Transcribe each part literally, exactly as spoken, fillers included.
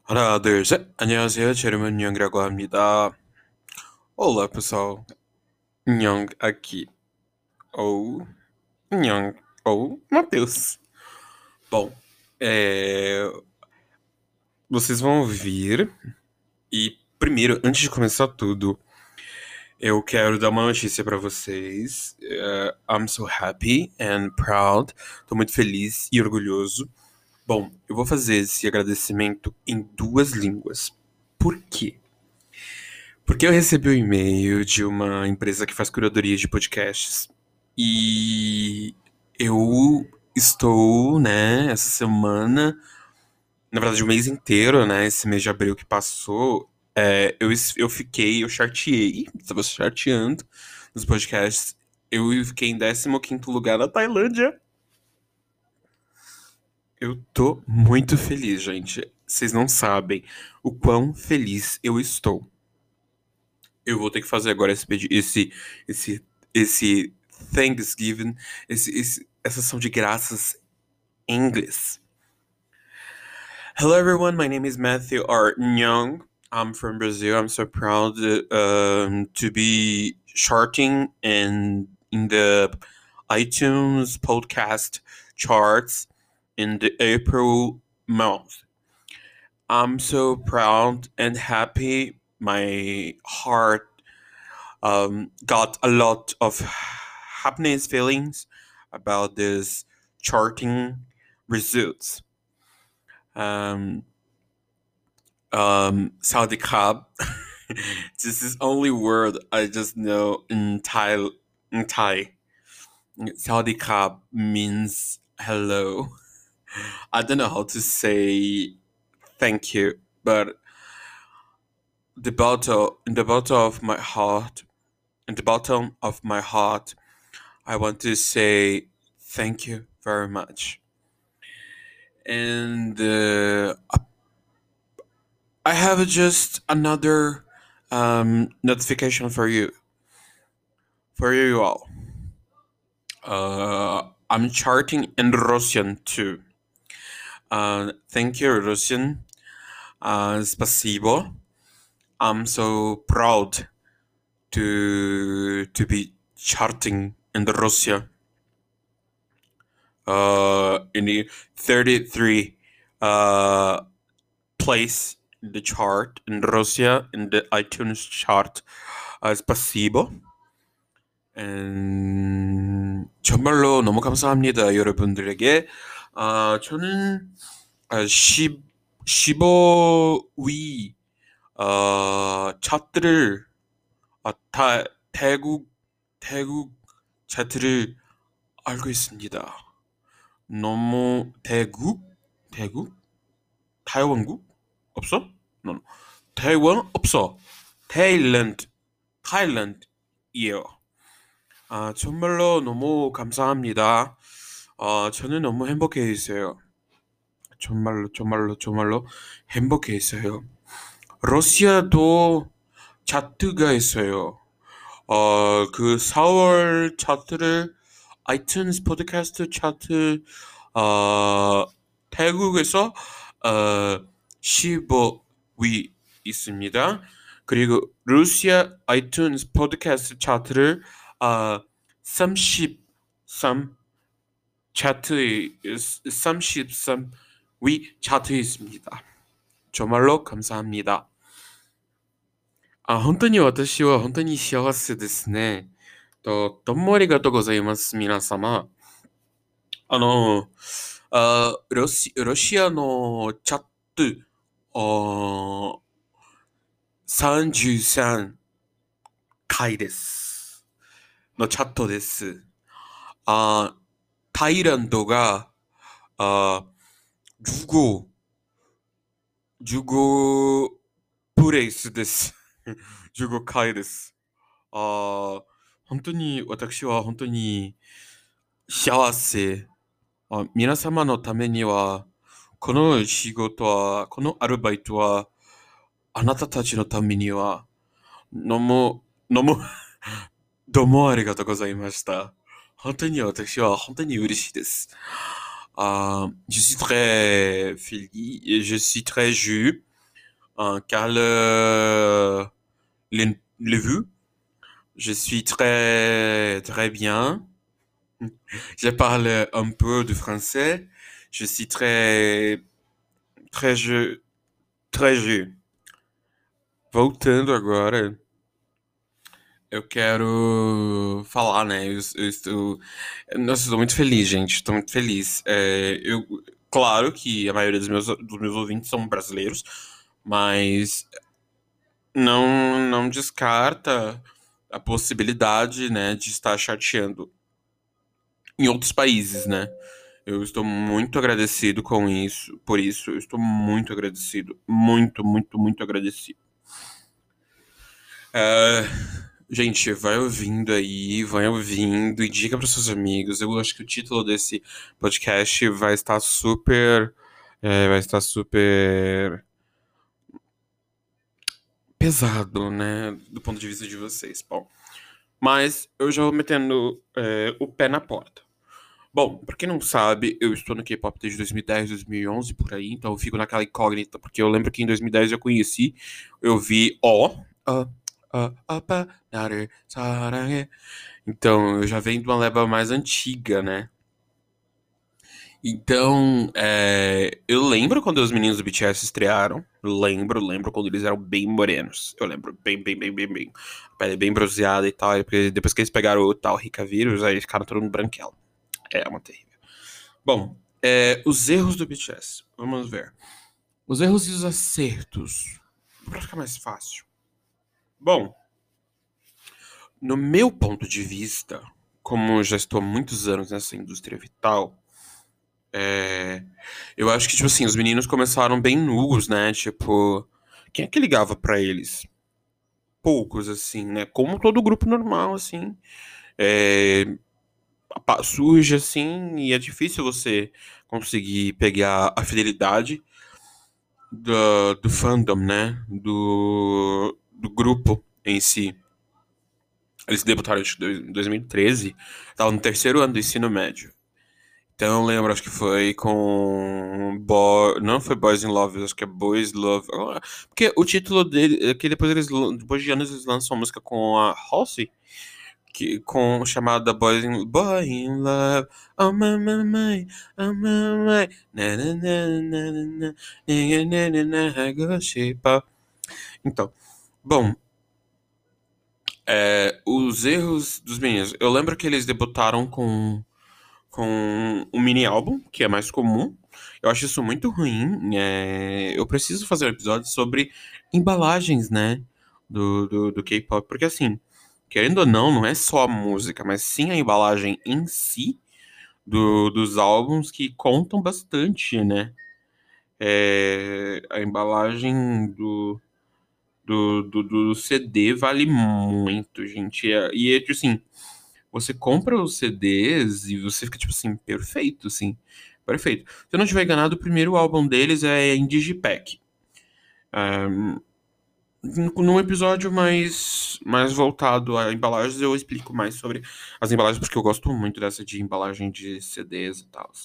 하나, 둘, 셋. 안녕하세요. 제 이름은 영이라고 합니다. Olá, pessoal. Nhong aqui. Ou Nhong ou Matheus. Bom, é, vocês vão ouvir. E primeiro, antes de começar tudo, eu quero dar uma notícia pra vocês. É, I'm so happy and proud. Tô muito feliz e orgulhoso. Bom, eu vou fazer esse agradecimento em duas línguas. Por quê? Porque eu recebi um e-mail de uma empresa que faz curadoria de podcasts. E eu estou, né, essa semana, na verdade, o mês inteiro, né, esse mês de abril que passou, é, eu, es- eu fiquei, eu charteei, estava charteando nos podcasts. Eu fiquei em décimo quinto lugar na Tailândia. Eu tô muito feliz, gente. Vocês não sabem o quão feliz eu estou. Eu vou ter que fazer agora esse pedi- esse esse esse Thanksgiving, esse, esse essa ação de graças em inglês. Hello everyone, my name is Matthew R. Nyong. I'm from Brazil. I'm so proud um, to be charting in in the iTunes podcast charts in the April month. I'm so proud and happy. My heart um, got a lot of happiness feelings about this charting results. Um, um, Saudi Cup. This is only word I just know in Thai. In Thai, Saudi Cup means hello. I don't know how to say thank you, but the bottom, in the bottom of my heart, in the bottom of my heart, I want to say thank you very much. And uh, I have just another um, notification for you, for you all. Uh, I'm charting in Russian too. Uh, thank you, Russian. Uh, спасибо. I'm so proud to to be charting in the Russia. Uh, in the thirty-three uh, place in the chart in Russia in the iTunes chart. Uh, спасибо. 음, 정말로 너무 감사합니다, 여러분들에게. 아, 저는 아, 십, 십오 위 어, 차트를 아, 다 태국 태국 차트를 알고 있습니다. 너무 태국 태국 타이완국 없어? No, no. 타이완 없어. 타일랜드 타일랜드예요. 아, 정말로 너무 감사합니다. 아, 저는 너무 행복해 있어요. 정말로, 정말로, 정말로 행복해 있어요. 러시아도 차트가 있어요. 어, 그 사월 차트를 아이튠즈 팟캐스트 차트, 어, 태국에서, 어, 십오 위 있습니다. 그리고 러시아 아이튠즈 팟캐스트 차트를, 어, 삼십삼 차트에, 삼십삼 위 차트에 있습니다. 정말로 감사합니다. あ、本当に私は本当に幸せですね。と、どうもありがとうございます、皆様。あの、あ、ロシ、ロシアのチャット、あ、さんじゅうさんかいです。のチャットです。あ、タイランドが、あ、じゅうご、じゅうごプレイスです。じゅうごかいです。あ、本当に私は本当に幸せ。あ、皆様のためには、この仕事は、このアルバイトは、あなたたちのためには、のも、のも、どうもありがとうございました。本当に私は本当に嬉しいです。あ、je suis très feliz, je suis très joyeux euh, car le, le, le vu, je suis très, très bien. Je parle un peu de français. Je suis très, très, je, très, je. Voltando agora, eu quero falar, né? Eu, eu estou. Nossa, eu estou muito feliz, gente. Estou muito feliz. É, eu, claro que a maioria dos meus, dos meus ouvintes são brasileiros, mas não, não descarta a possibilidade, né, de estar chateando em outros países, né? Eu estou muito agradecido com isso, por isso. Eu estou muito agradecido. Muito, muito, muito agradecido. É, gente, vai ouvindo aí, vai ouvindo e diga para seus amigos. Eu acho que o título desse podcast vai estar super, é, vai estar super pesado, né, do ponto de vista de vocês. Bom, mas eu já vou metendo, é, o pé na porta. Bom, pra quem não sabe, eu estou no K-pop desde dois mil e dez, dois mil e onze, por aí, então eu fico naquela incógnita, porque eu lembro que em dois mil e dez eu conheci, eu vi O, a, a, a, pa, nare, sarangue. Então eu já venho de uma leva mais antiga, né? Então, é, eu lembro quando os meninos do B T S estrearam, lembro, lembro quando eles eram bem morenos, eu lembro, bem, bem, bem, bem, bem, a pele bem bronzeada e tal, e porque depois que eles pegaram o tal Rica vírus, aí eles ficaram todo mundo branquelo. É uma terrível. Bom, é, os erros do B T S. Vamos ver. Os erros e os acertos. Pra ficar mais fácil. Bom, no meu ponto de vista, como eu já estou há muitos anos nessa indústria vital, é, eu acho que, tipo assim, os meninos começaram bem nus, né? Tipo, quem é que ligava pra eles? Poucos, assim, né? Como todo grupo normal, assim. É, pa- surge, assim, e é difícil você conseguir pegar a fidelidade do, do fandom, né? Do, do grupo em si. Eles debutaram em dois mil e treze, tava no terceiro ano do ensino médio. Então eu lembro, acho que foi com. Bo... Não foi Boys in Love, acho que é Boys Love. Ah, porque o título dele é que depois eles, depois de anos, eles lançam uma música com a Halsey, que, com chamada Boys in, Boy in Love. Oh my, my, my, oh my, my. Na, na, na, na, na, na, na, na, na, na, go shape up. Então, bom, é, os erros dos meninos. Eu lembro que eles debutaram com, com um mini álbum, que é mais comum. Eu acho isso muito ruim. É, eu preciso fazer um episódio sobre embalagens, né? Do, do, do K-pop. Porque, assim, querendo ou não, não é só a música, mas sim a embalagem em si do, dos álbuns que contam bastante, né? É, a embalagem do do, do, do C D vale muito, gente. É- E é tipo assim, você compra os C Ds e você fica tipo assim, perfeito, assim. Perfeito. Se eu não estiver enganado, o primeiro álbum deles é em Digipack. Um, num episódio mais, mais voltado a embalagens, eu explico mais sobre as embalagens, porque eu gosto muito dessa de embalagem de C Ds e tal.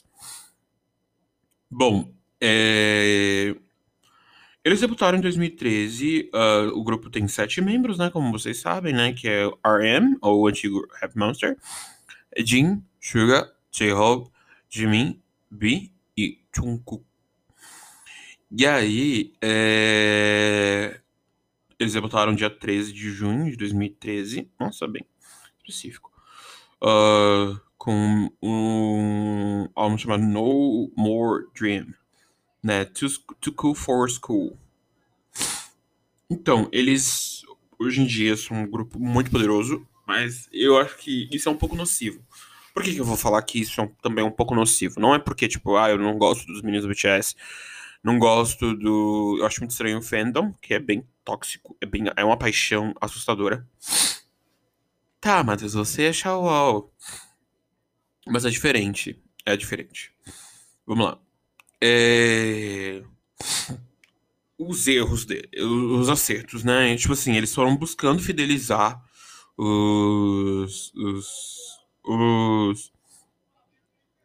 Bom, é, eles debutaram em dois mil e treze. Ah, o grupo tem sete membros, né? Como vocês sabem, né? Que é o R M, ou o antigo Rap Monster, Jin, Suga, J-Hope, Jimin, B e Jungkook. E aí, é, eles debutaram dia treze de junho de dois mil e treze. Nossa, bem específico. Ah, com um álbum chamado No More Dream, né? Too, Too Cool for School. Então, eles hoje em dia são um grupo muito poderoso, mas eu acho que isso é um pouco nocivo. Por que que eu vou falar que isso é um- também é um pouco nocivo? Não é porque, tipo, ah, eu não gosto dos meninos do B T S, não gosto do. Eu acho muito estranho o fandom, que é bem tóxico, é, bem... é uma paixão assustadora. Tá, Matheus, você é Shawol. Mas é diferente. É diferente. Vamos lá. É... Os erros dele, os acertos, né? Tipo assim, eles foram buscando fidelizar os, os, os,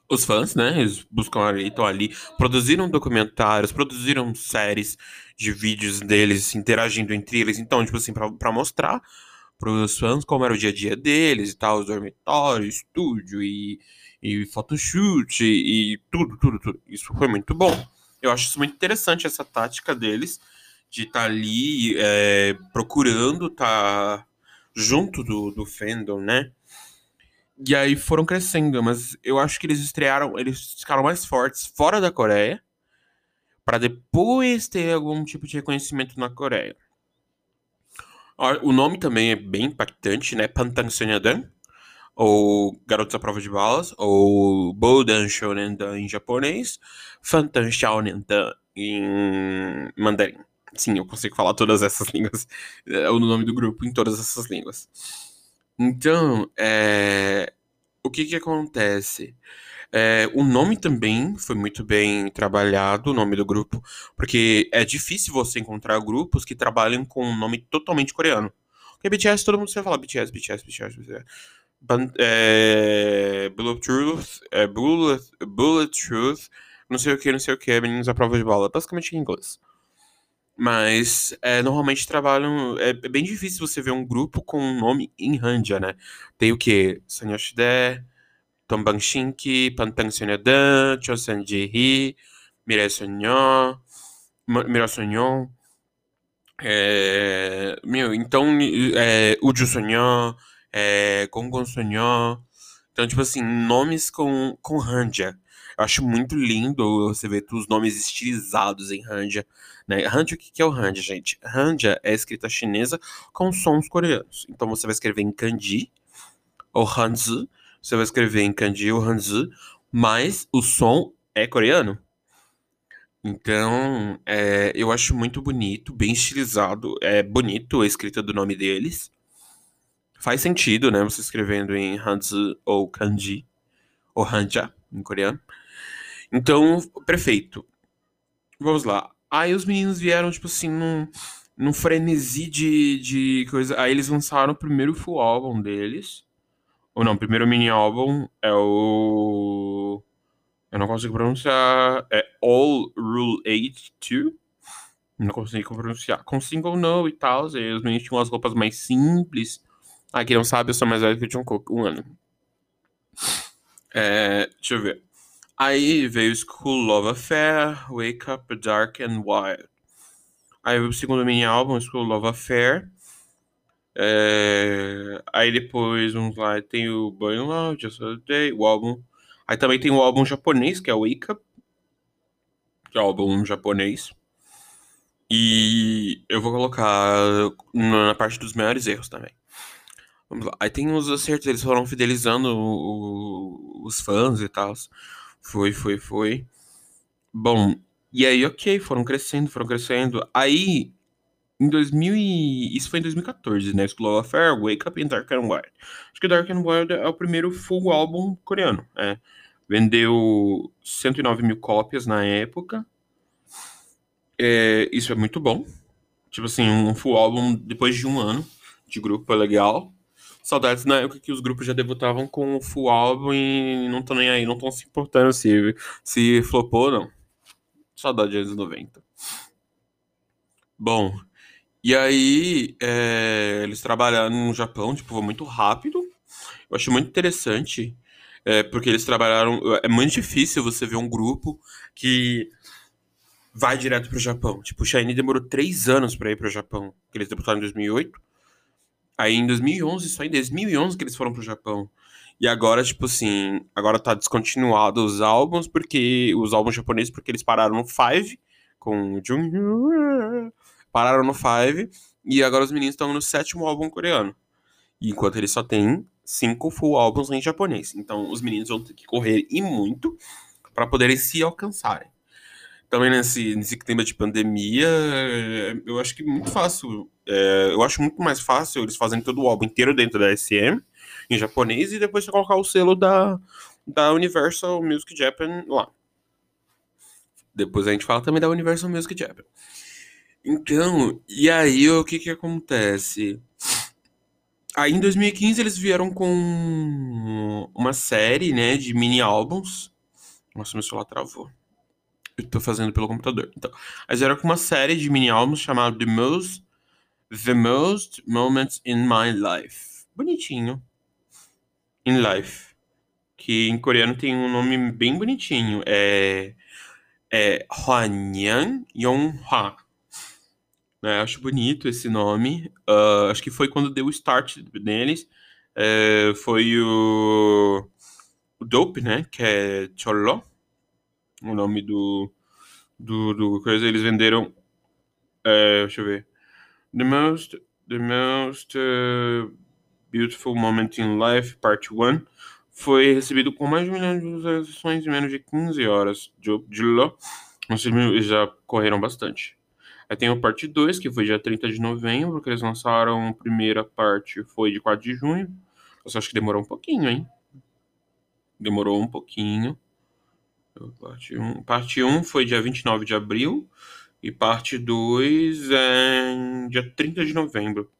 os fãs, né? Eles buscam ali, estão ali, produziram documentários, produziram séries de vídeos deles interagindo entre eles. Então, tipo assim, pra, pra mostrar pros fãs como era o dia a dia deles e tal, os dormitórios, estúdio e, e photoshoot e, e tudo, tudo, tudo. Isso foi muito bom. Eu acho isso muito interessante, essa tática deles de estar ali é, procurando estar junto do, do fandom, né? E aí foram crescendo, mas eu acho que eles estrearam, eles ficaram mais fortes fora da Coreia, pra depois ter algum tipo de reconhecimento na Coreia. Ó, o nome também é bem impactante, né? Pantansonyadon, ou Garotos à Prova de Balas, ou Bodan Shonendan em japonês, Fantan Shaonendan em mandarim. Sim, eu consigo falar todas essas línguas, é o nome do grupo em todas essas línguas. Então, é, o que que acontece? É, o nome também foi muito bem trabalhado, o nome do grupo, porque é difícil você encontrar grupos que trabalhem com um nome totalmente coreano. Porque B T S, todo mundo vai falar B T S, B T S, B T S, B T S. Ban- é, Bullet Truth, é, Bullet, Bullet Truth, não sei o que, não sei o que, meninos à prova de bala, basicamente em inglês. Mas é, normalmente trabalham. É, é bem difícil você ver um grupo com um nome em Hanja, né? Tem o quê? Sanyoshide, Tombangshinki, Pantang Chosen Ji-hee, Mirai Sonyeon, Ma- Mirai Sonyeon, é, meu, então, é, Uju Sonyeon, é, Gongon Sonyeon, então, tipo assim, nomes com, com Hanja. Eu acho muito lindo você ver os nomes estilizados em Hanja, né? Hanja, o que que é o Hanja, gente? Hanja é escrita chinesa com sons coreanos. Então, você vai escrever em kanji, ou Hanzi, você vai escrever em kanji ou Hanzi, mas o som é coreano. Então, é, eu acho muito bonito, bem estilizado. É bonito a escrita do nome deles. Faz sentido, né? Você escrevendo em Hanzi ou kanji, ou Hanja, em coreano. Então, perfeito. Vamos lá. Aí os meninos vieram, tipo assim, num, num frenesi de, de coisa. Aí eles lançaram o primeiro full álbum deles. Ou não, o primeiro mini álbum é o. Eu não consigo pronunciar. É All Rule oito dois. Não consigo pronunciar. Com single no e tal. E os meninos tinham as roupas mais simples. Ah, quem não sabe, eu sou mais velho que o Jungkook, um ano. É, deixa eu ver. Aí veio School Love Affair, Wake Up Dark and Wild. Aí veio o segundo mini álbum, School Love Affair. É, aí depois, vamos lá, tem o Burn Love, Just Another Day, o álbum. Aí também tem o álbum japonês, que é o Wake Up, que é o álbum japonês. E eu vou colocar na parte dos maiores erros também. Vamos lá. Aí tem os acertos, eles foram fidelizando o- o- os fãs e tal. Foi, foi, foi. Bom, e aí, ok, foram crescendo, foram crescendo. Aí, em dois mil e... Isso foi em dois mil e quatorze, né? School of Affair, Wake Up e Dark and Wild. Acho que Dark and Wild é o primeiro full álbum coreano, é. Vendeu cento e nove mil cópias na época. É, isso é muito bom. Tipo assim, um full álbum depois de um ano de grupo é legal. Saudades na época que os grupos já debutavam com o full álbum e não estão nem aí, não estão se importando se, se flopou ou não. Saudade dos anos noventa. Bom, e aí é, eles trabalharam no Japão, tipo, foi muito rápido. Eu acho muito interessante, é, porque eles trabalharam. É muito difícil você ver um grupo que vai direto pro Japão. Tipo, o Shiny demorou três anos pra ir pro Japão, que eles debutaram em dois mil e oito. Aí em dois mil e onze, só em dois mil e onze que eles foram pro Japão. E agora, tipo assim, agora tá descontinuado os álbuns, porque os álbuns japoneses, porque eles pararam no Five, com o Jung. Pararam no Five, e agora os meninos estão no sétimo álbum coreano. Enquanto eles só têm cinco full álbuns em japonês. Então os meninos vão ter que correr e muito para poderem se alcançarem. Também nesse, nesse clima de pandemia, é, eu acho que muito fácil. É, eu acho muito mais fácil eles fazerem todo o álbum inteiro dentro da S M, em japonês, e depois você colocar o selo da, da Universal Music Japan lá. Depois a gente fala também da Universal Music Japan. Então, e aí o que que acontece? Aí em dois mil e quinze eles vieram com uma série, né, de mini álbuns. Nossa, meu celular travou. Eu tô fazendo pelo computador. Então, mas era com uma série de mini álbuns chamado The Most, The Most Moments in My Life. Bonitinho. In Life. Que em coreano tem um nome bem bonitinho. É, é Hwanyan Yonghwa. Né? Acho bonito esse nome. Ah, acho que foi quando deu o start neles. É, foi o, o Dope, né? Que é Cholo. O nome do, do, do coisa. Eles venderam. É, deixa eu ver. The most, the most uh, beautiful moment in life, part one, foi recebido com mais de um milhão de visualizações em menos de quinze horas. De, de lá, já correram bastante. Aí tem o parte dois, que foi dia trinta de novembro, que eles lançaram a primeira parte, foi de quatro de junho. Eu só acho que demorou um pouquinho, hein? Demorou um pouquinho. Parte um, parte um foi dia vinte e nove de abril. E parte dois é dia trinta de novembro.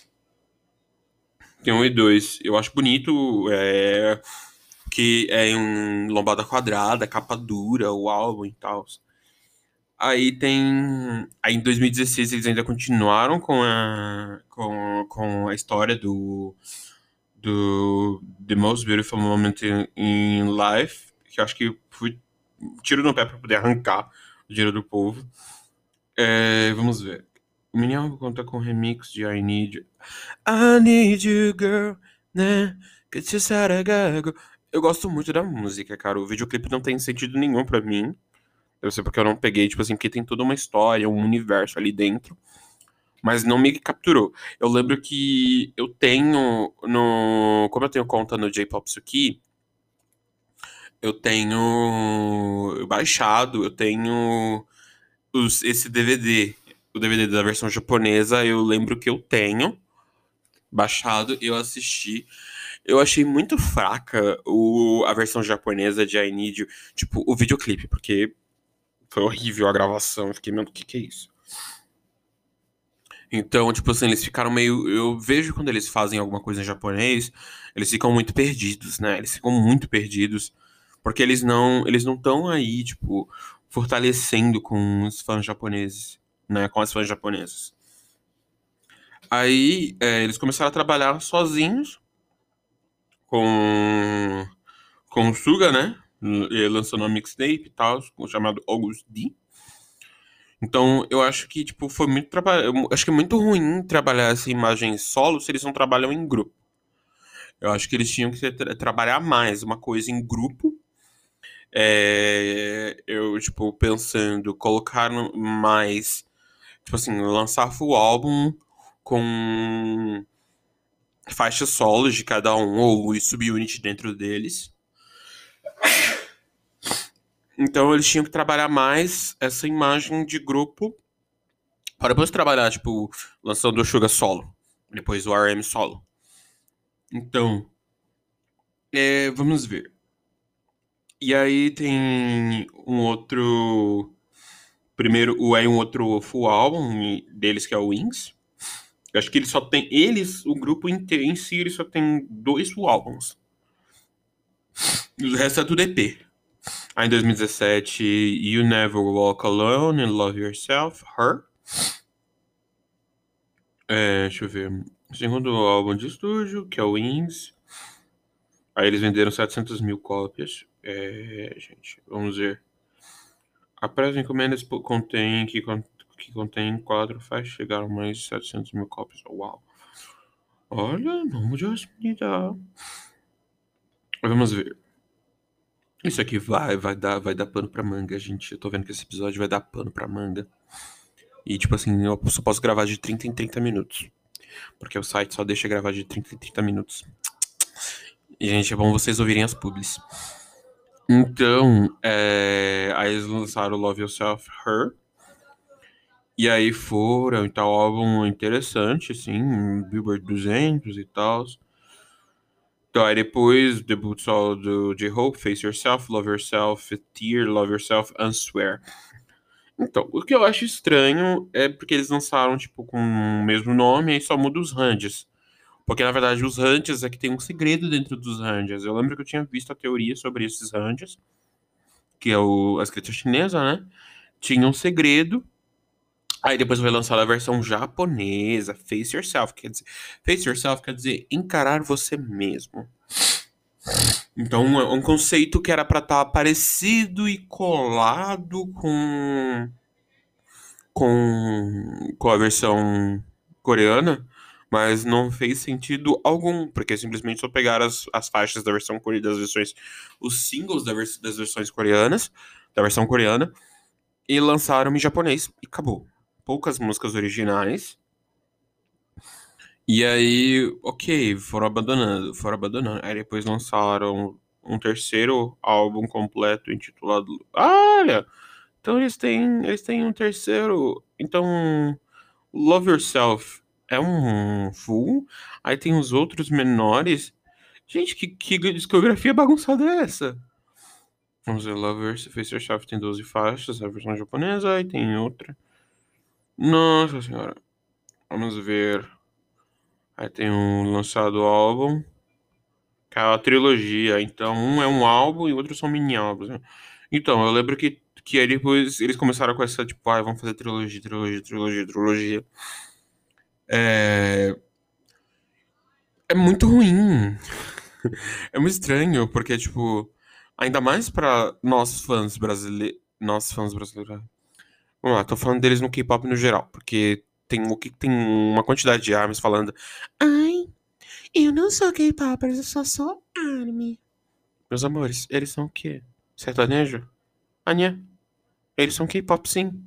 Tem um e dois. Eu acho bonito é, que é em lombada quadrada, capa dura, o álbum e tal. Aí tem. Aí em dois mil e dezesseis eles ainda continuaram com a, com, com a história do, do The Most Beautiful Moment in, in Life, que eu acho que foi tiro no pé pra poder arrancar o dinheiro do povo. É, vamos ver. O mini álbum conta com remix de I Need You. I Need You, Girl, né? Get you sad, I gotta go. Eu gosto muito da música, cara. O videoclipe não tem sentido nenhum pra mim. Deve ser porque eu não peguei, tipo assim, porque tem toda uma história, um universo ali dentro. Mas não me capturou. Eu lembro que eu tenho no. Como eu tenho conta no J-Pop Suki, eu tenho baixado, eu tenho os, esse D V D. O D V D da versão japonesa, eu lembro que eu tenho baixado, eu assisti. Eu achei muito fraca o, a versão japonesa de I Need You, tipo, o videoclipe, porque foi horrível a gravação. Eu fiquei, meu, o que que é isso? Então, tipo assim, eles ficaram meio. Eu vejo quando eles fazem alguma coisa em japonês, eles ficam muito perdidos, né? Eles ficam muito perdidos, porque eles não eles não estão aí, tipo, fortalecendo com os fãs japoneses, né? Com as fãs japonesas. Aí, é, eles começaram a trabalhar sozinhos com, com o Suga, né? Ele lançou uma mixtape e tal, chamado August D. Então, eu acho que, tipo, foi muito trabalho. Acho que é muito ruim trabalhar essa imagem solo se eles não trabalham em grupo. Eu acho que eles tinham que tra- trabalhar mais uma coisa em grupo. É, eu, tipo, pensando, colocar no- mais, tipo assim, lançar full álbum com faixas solos de cada um, ou subunit dentro deles. Então, eles tinham que trabalhar mais essa imagem de grupo para depois trabalhar, tipo, lançando o Suga solo. Depois o R M solo. Então, é, vamos ver. E aí tem um outro. Primeiro, o é um outro full álbum deles que é o Wings. Eu acho que eles só tem. Eles, o grupo inteiro em si, eles só tem dois full álbuns. O resto é tudo E P. Aí em dois mil e dezessete, You Never Walk Alone and Love Yourself, Her. É, deixa eu ver. O segundo álbum de estúdio, que é o Wings. Aí eles venderam setecentas mil cópias. É, gente, vamos ver. A pré encomendas po- contém que, con- que contém quatro faixas chegaram a mais de setecentas mil cópias. Uau! Olha, não just me dá. Vamos ver. Isso aqui vai, vai dar, vai dar pano pra manga, gente. Eu tô vendo que esse episódio vai dar pano pra manga. E tipo assim, eu só posso gravar de trinta em trinta minutos. Porque o site só deixa gravar de trinta em trinta minutos. E, gente, é bom vocês ouvirem as publis. Então, é... aí eles lançaram Love Yourself, Her. E aí foram e tal, álbum interessante, assim, Billboard duzentos e tal. Então aí depois, debut solo do J-Hope, Face Yourself, Love Yourself, Tear, Love Yourself, and Swear. Então, o que eu acho estranho é porque eles lançaram, tipo, com o mesmo nome, aí só muda os ranges. Porque, na verdade, os ranges é que tem um segredo dentro dos ranges. Eu lembro que eu tinha visto a teoria sobre esses ranges. que é o, a escrita chinesa, né? Tinha um segredo. Aí depois foi lançada a versão japonesa, Face Yourself, quer dizer, Face Yourself quer dizer encarar você mesmo. Então, é um conceito que era pra estar parecido e colado com, com, com a versão coreana, mas não fez sentido algum, porque simplesmente só pegaram as, as faixas da versão coreana, das versões, os singles da vers- das versões coreanas, da versão coreana, e lançaram em japonês e acabou. Poucas músicas originais. E aí, ok, foram abandonando, foram abandonando. Aí depois lançaram um terceiro álbum completo intitulado. Ah, olha! Então eles têm, eles têm um terceiro. Então, Love Yourself é um full. Aí tem os outros menores. Gente, que, que discografia bagunçada é essa? Vamos ver, Love Yourself, Face Yourself tem doze faixas, a versão japonesa, aí tem outra. Nossa senhora. Vamos ver. Aí tem um lançado álbum, que é a trilogia. Então, um é um álbum e outros são mini álbuns, né? Então, eu lembro que, que aí depois eles começaram com essa, tipo, ah, vamos fazer trilogia, trilogia, trilogia, trilogia. É, é muito ruim. É muito estranho, porque, tipo, ainda mais pra nós fãs brasileiros. Nós fãs brasileiros. Vamos lá, tô falando deles no K-pop no geral, porque tem o que tem uma quantidade de armas falando. Ai, eu não sou K-popper, eu só sou ARMY. Meus amores, eles são o quê? Sertanejo? Ania, eles são K-pop, sim.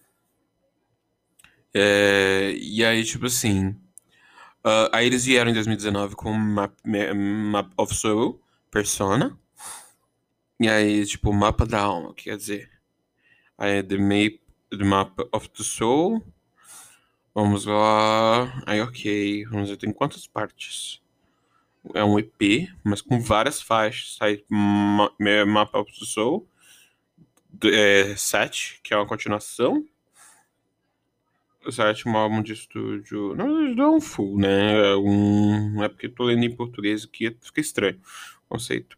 É, e aí, tipo assim. ah, aí eles vieram em dois mil e dezenove com Map, Ma- Map of Soul, Persona. E aí, tipo, Mapa da Alma, que quer dizer. Aí é The Map, the Map of the Soul. Vamos lá. Aí, ok. Vamos ver, tem quantas partes? É um E P, mas com várias faixas. Aí, Ma- Ma- Map of the Soul. É, sete, que é uma continuação. O sétimo álbum de estúdio. Na verdade, não é um full, né? É um. É porque eu tô lendo em português aqui, fica estranho o conceito.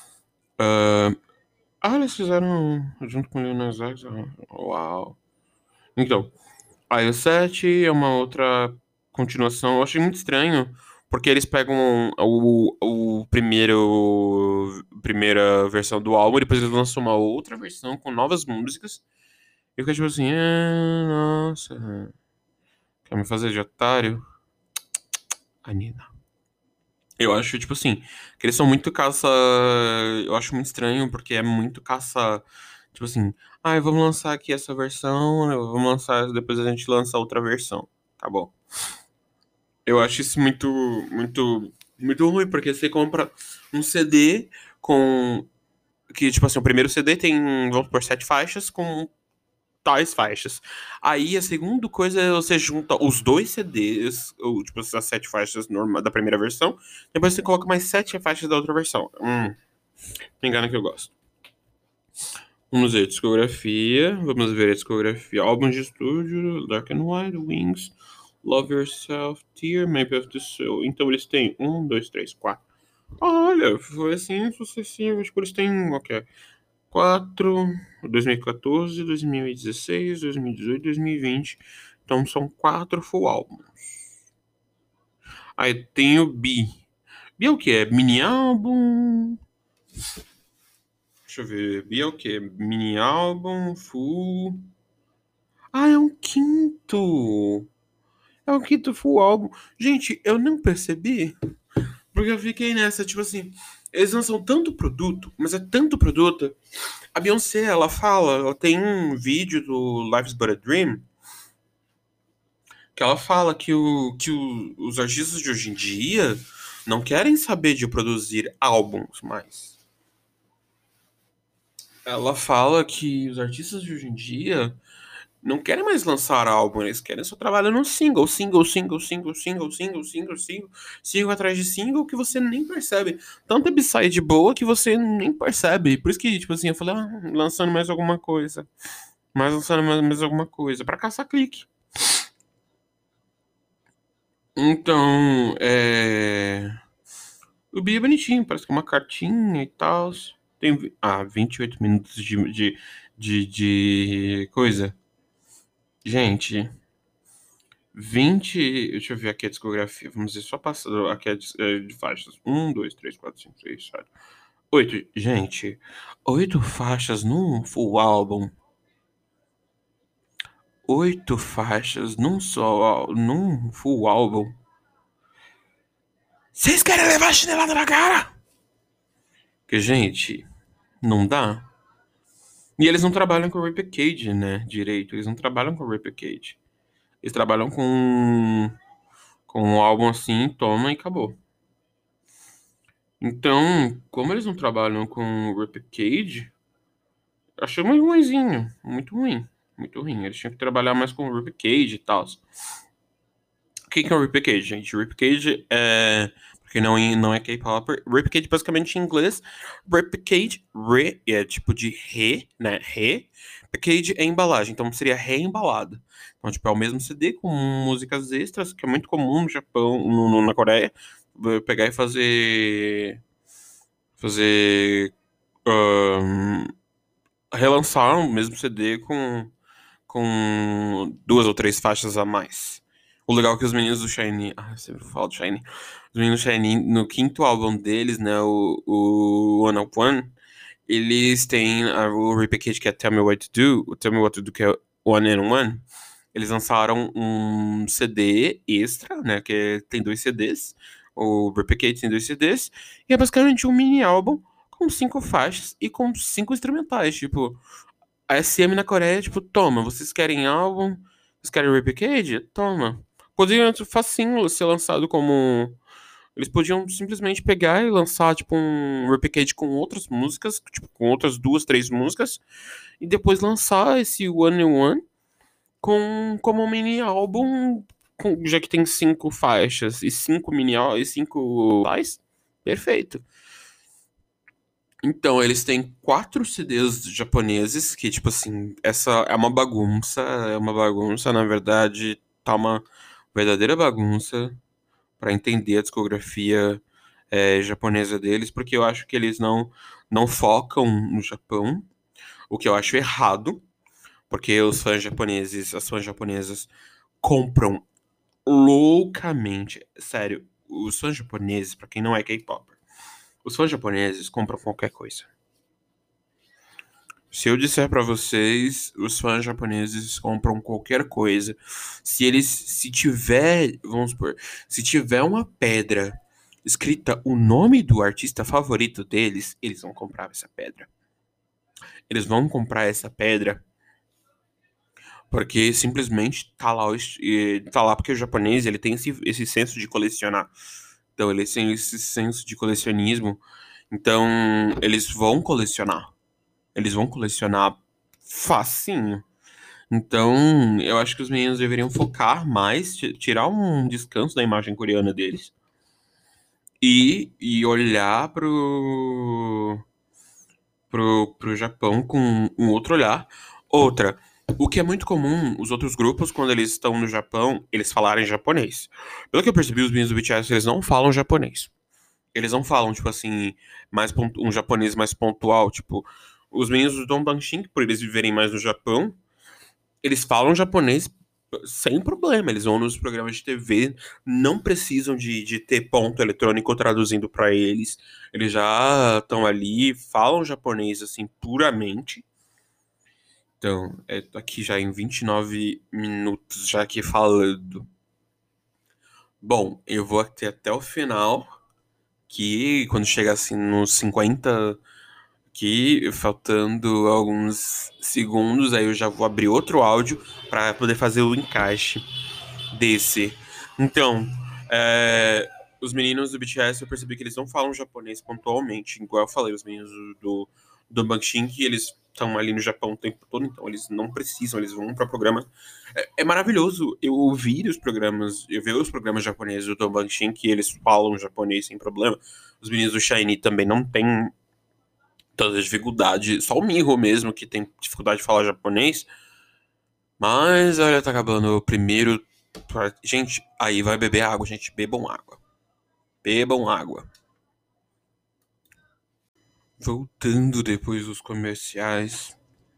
Ah, eles fizeram junto com o Lil Nas X. ah, Uau. Então, aí o sete é uma outra continuação. Eu achei muito estranho, porque eles pegam o, o primeiro. Primeira versão do álbum, e depois eles lançam uma outra versão com novas músicas. E fica tipo assim, ah, nossa. Quer me fazer de otário? A Nina. Eu acho, tipo assim, que eles são muito caça. Eu acho muito estranho, porque é muito caça. Tipo assim, ai, vamos lançar aqui essa versão, vamos lançar, depois a gente lança outra versão. Tá bom. Eu acho isso muito, muito, muito ruim, porque você compra um C D com. Que, tipo assim, o primeiro C D tem, vamos por sete faixas, com tais faixas. Aí a segunda coisa é você junta os dois C Ds, ou tipo as sete faixas norma, da primeira versão, depois você coloca mais sete faixas da outra versão. Hum, me engana que eu gosto. Vamos ver, discografia. Vamos ver a discografia. Álbuns de estúdio, Dark and White, Wings, Love Yourself, Tear, Maybe of the Soul. Então eles têm um, dois, três, quatro. Olha, foi assim sucessivo. Acho que eles têm, ok. Quatro, dois mil e quatorze, dois mil e dezesseis, dois mil e dezoito, dois mil e vinte. Então são quatro full álbuns. Aí tem o B. B é o que? É mini álbum? Deixa eu ver. B é o que? Mini álbum, full. Ah, é um quinto. É um quinto full álbum. Gente, eu não percebi. Porque eu fiquei nessa, tipo assim. Eles lançam tanto produto, mas é tanto produto. A Beyoncé, ela fala, ela tem um vídeo do Life's But a Dream que ela fala que, o, que o- os artistas de hoje em dia não querem saber de produzir álbuns mais. Ela fala que os artistas de hoje em dia não querem mais lançar álbum, eles querem só trabalhar no single, single, single, single, single, single, single, single, single atrás de single que você nem percebe. Tanto é B-side boa que você nem percebe. Por isso que, tipo assim, eu falei, ah, lançando mais alguma coisa. Mais lançando mais, mais alguma coisa. Pra caçar clique. Então, é. O Bi é bonitinho, parece que é uma cartinha e tal. Tem, vi- ah, vinte e oito minutos de, de, de, de coisa. Gente, vinte. Deixa eu ver aqui a discografia. Vamos ver só passando aqui a dis- eh, de faixas. Um, dois, três, quatro, cinco, seis, sete. Oito. Gente, oito faixas num full álbum. Oito faixas num só, ál- num full álbum. Vocês querem levar a chinelada na cara? Que, gente, não dá. E eles não trabalham com Replicate, né? Direito. Eles não trabalham com Replicate. Eles trabalham com, com um álbum assim, toma e acabou. Então, como eles não trabalham com Replicate, eu achei muito ruimzinho. Muito ruim. Muito ruim. Eles tinham que trabalhar mais com Replicate e tal. O que que é o Replicate, gente? Replicate é. Porque não, é- não é K-pop. Replicate, basicamente, em inglês. Replicate, re, é tipo de re, né? Re. Package é embalagem, então seria reembalado. Então, tipo, é o mesmo C D com músicas extras, que é muito comum no Japão, no, no- na Coreia. Vou pegar e fazer. Fazer. ahn, relançar o mesmo C D com com duas ou três faixas a mais. O legal é que os meninos do Shiny. Ah, eu sempre falo do Shiny. Os meninos do Shiny, no quinto álbum deles, né? O, o One Up One, eles têm a, o repackage que é Tell Me What to Do. O Tell Me What to Do, que é One and One. Eles lançaram um C D extra, né? Que tem dois C Ds. O repackage tem dois C Ds. E é basicamente um mini álbum com cinco faixas e com cinco instrumentais. Tipo, a S M na Coreia, tipo, toma, vocês querem álbum? Vocês querem Replicate? Toma. Poderia ser facinho ser lançado como. Eles podiam simplesmente pegar e lançar, tipo, um Replicate com outras músicas, tipo, com outras duas, três músicas, e depois lançar esse One in One com, como um mini álbum, com- já que tem cinco faixas e cinco mini ál- e cinco faz, perfeito. Então, eles têm quatro C Ds japoneses, que, tipo assim, essa é uma bagunça, é uma bagunça, na verdade, tá uma verdadeira bagunça pra entender a discografia é, japonesa deles, porque eu acho que eles não, não focam no Japão, o que eu acho errado, porque os fãs japoneses, as fãs japonesas compram loucamente, sério, os fãs japoneses, pra quem não é K-pop, os fãs japoneses compram qualquer coisa. Se eu disser pra vocês, os fãs japoneses compram qualquer coisa. Se eles, se tiver, vamos supor, se tiver uma pedra escrita o nome do artista favorito deles, eles vão comprar essa pedra. Eles vão comprar essa pedra porque simplesmente tá lá, o est- e tá lá porque o japonês, ele tem esse, esse senso de colecionar. Então, eles têm esse senso de colecionismo. Então, eles vão colecionar. Eles vão colecionar facinho. Então, eu acho que os meninos deveriam focar mais, ti- tirar um descanso da imagem coreana deles e, e olhar pro, pro, pro Japão com um outro olhar. Outra, o que é muito comum, os outros grupos, quando eles estão no Japão, eles falarem japonês. Pelo que eu percebi, os meninos do B T S, eles não falam japonês. Eles não falam, tipo assim, mais pontu- um japonês mais pontual, tipo, os meninos do Donbanshin, por eles viverem mais no Japão, eles falam japonês sem problema. Eles vão nos programas de T V, não precisam de, de ter ponto eletrônico traduzindo para eles. Eles já estão ali, falam japonês assim puramente. Então, é, tô aqui já em vinte e nove minutos já aqui falando. Bom, eu vou até, até o final, que quando chegar assim nos cinquenta aqui, faltando alguns segundos, aí eu já vou abrir outro áudio para poder fazer o encaixe desse. Então, é, os meninos do B T S, eu percebi que eles não falam japonês pontualmente, igual eu falei, os meninos do, do, do Banshin, que eles estão ali no Japão o tempo todo, então eles não precisam, eles vão para programa. É, é maravilhoso eu ouvir os programas, eu ver os programas japoneses do Tom Banshin, que eles falam japonês sem problema. Os meninos do Shiny também não têm tanta dificuldade, só o Miho mesmo que tem dificuldade de falar japonês. Mas olha, tá acabando o primeiro. Gente, aí vai beber água, gente. Bebam água. Bebam água. voltando depois dos comerciais.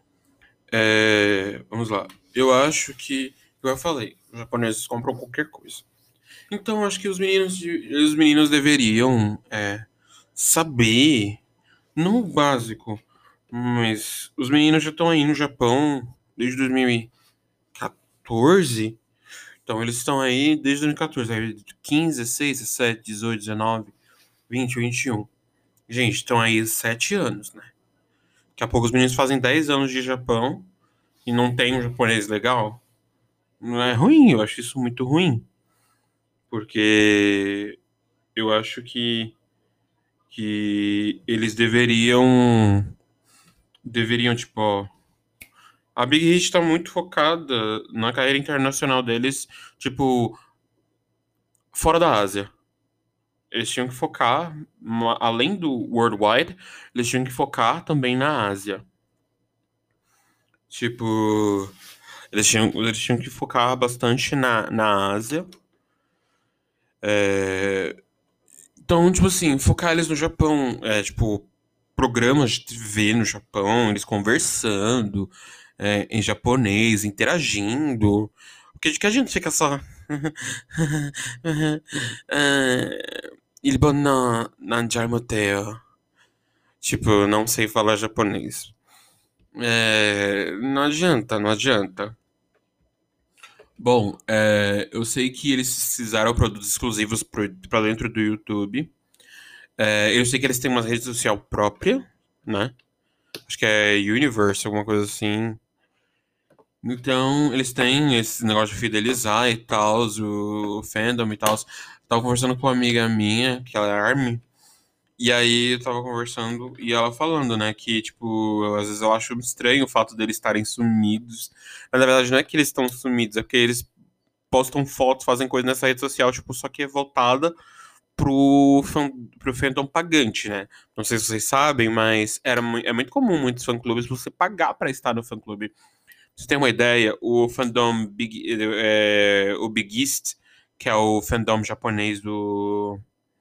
É, vamos lá. Eu acho que, igual eu falei, os japoneses compram qualquer coisa. Então, eu acho que os meninos, de- os meninos deveriam é, saber, não o básico, mas os meninos já estão aí no Japão desde dois mil e quatorze. Então, eles estão aí desde dois mil e quatorze, aí quinze, dezesseis, dezessete, dezoito, dezenove, vinte, vinte e um. Gente, estão aí sete anos, né? Daqui a pouco os meninos fazem dez anos de Japão e não tem um japonês legal. Não é ruim, eu acho isso muito ruim. Porque eu acho que, que eles deveriam. Deveriam, tipo, ó. A Big Hit tá muito focada na carreira internacional deles, tipo, fora da Ásia. Eles tinham que focar, ma- além do worldwide, eles tinham que focar também na Ásia. Tipo, eles tinham, eles tinham que focar bastante na, na Ásia. É, então, tipo assim, focar eles no Japão, é, tipo, programas de T V no Japão, eles conversando, é, em japonês, interagindo. Porque de que a gente fica só. É, Il buon nanjarmuteo. Tipo, eu não sei falar japonês. É, não adianta, não adianta. Bom, é, eu sei que eles fizeram produtos exclusivos para dentro do YouTube. É, eu sei que eles têm uma rede social própria, né? Acho que é Universe, alguma coisa assim. Então, eles têm esse negócio de fidelizar e tal, o, o fandom e tal. Tava conversando com uma amiga minha, que ela é ARMY, e aí eu tava conversando e ela falando, né, que, tipo, às vezes eu acho estranho o fato deles estarem sumidos. Mas na verdade não é que eles estão sumidos, é porque eles postam fotos, fazem coisa nessa rede social, tipo, só que é voltada pro, fan, pro fandom pagante, né? Não sei se vocês sabem, mas era, mu- é muito comum muitos fã-clubes você pagar pra estar no fã-clube. Pra você tem uma ideia, o fandom Big, é, o Biggest, que é o fandom japonês do...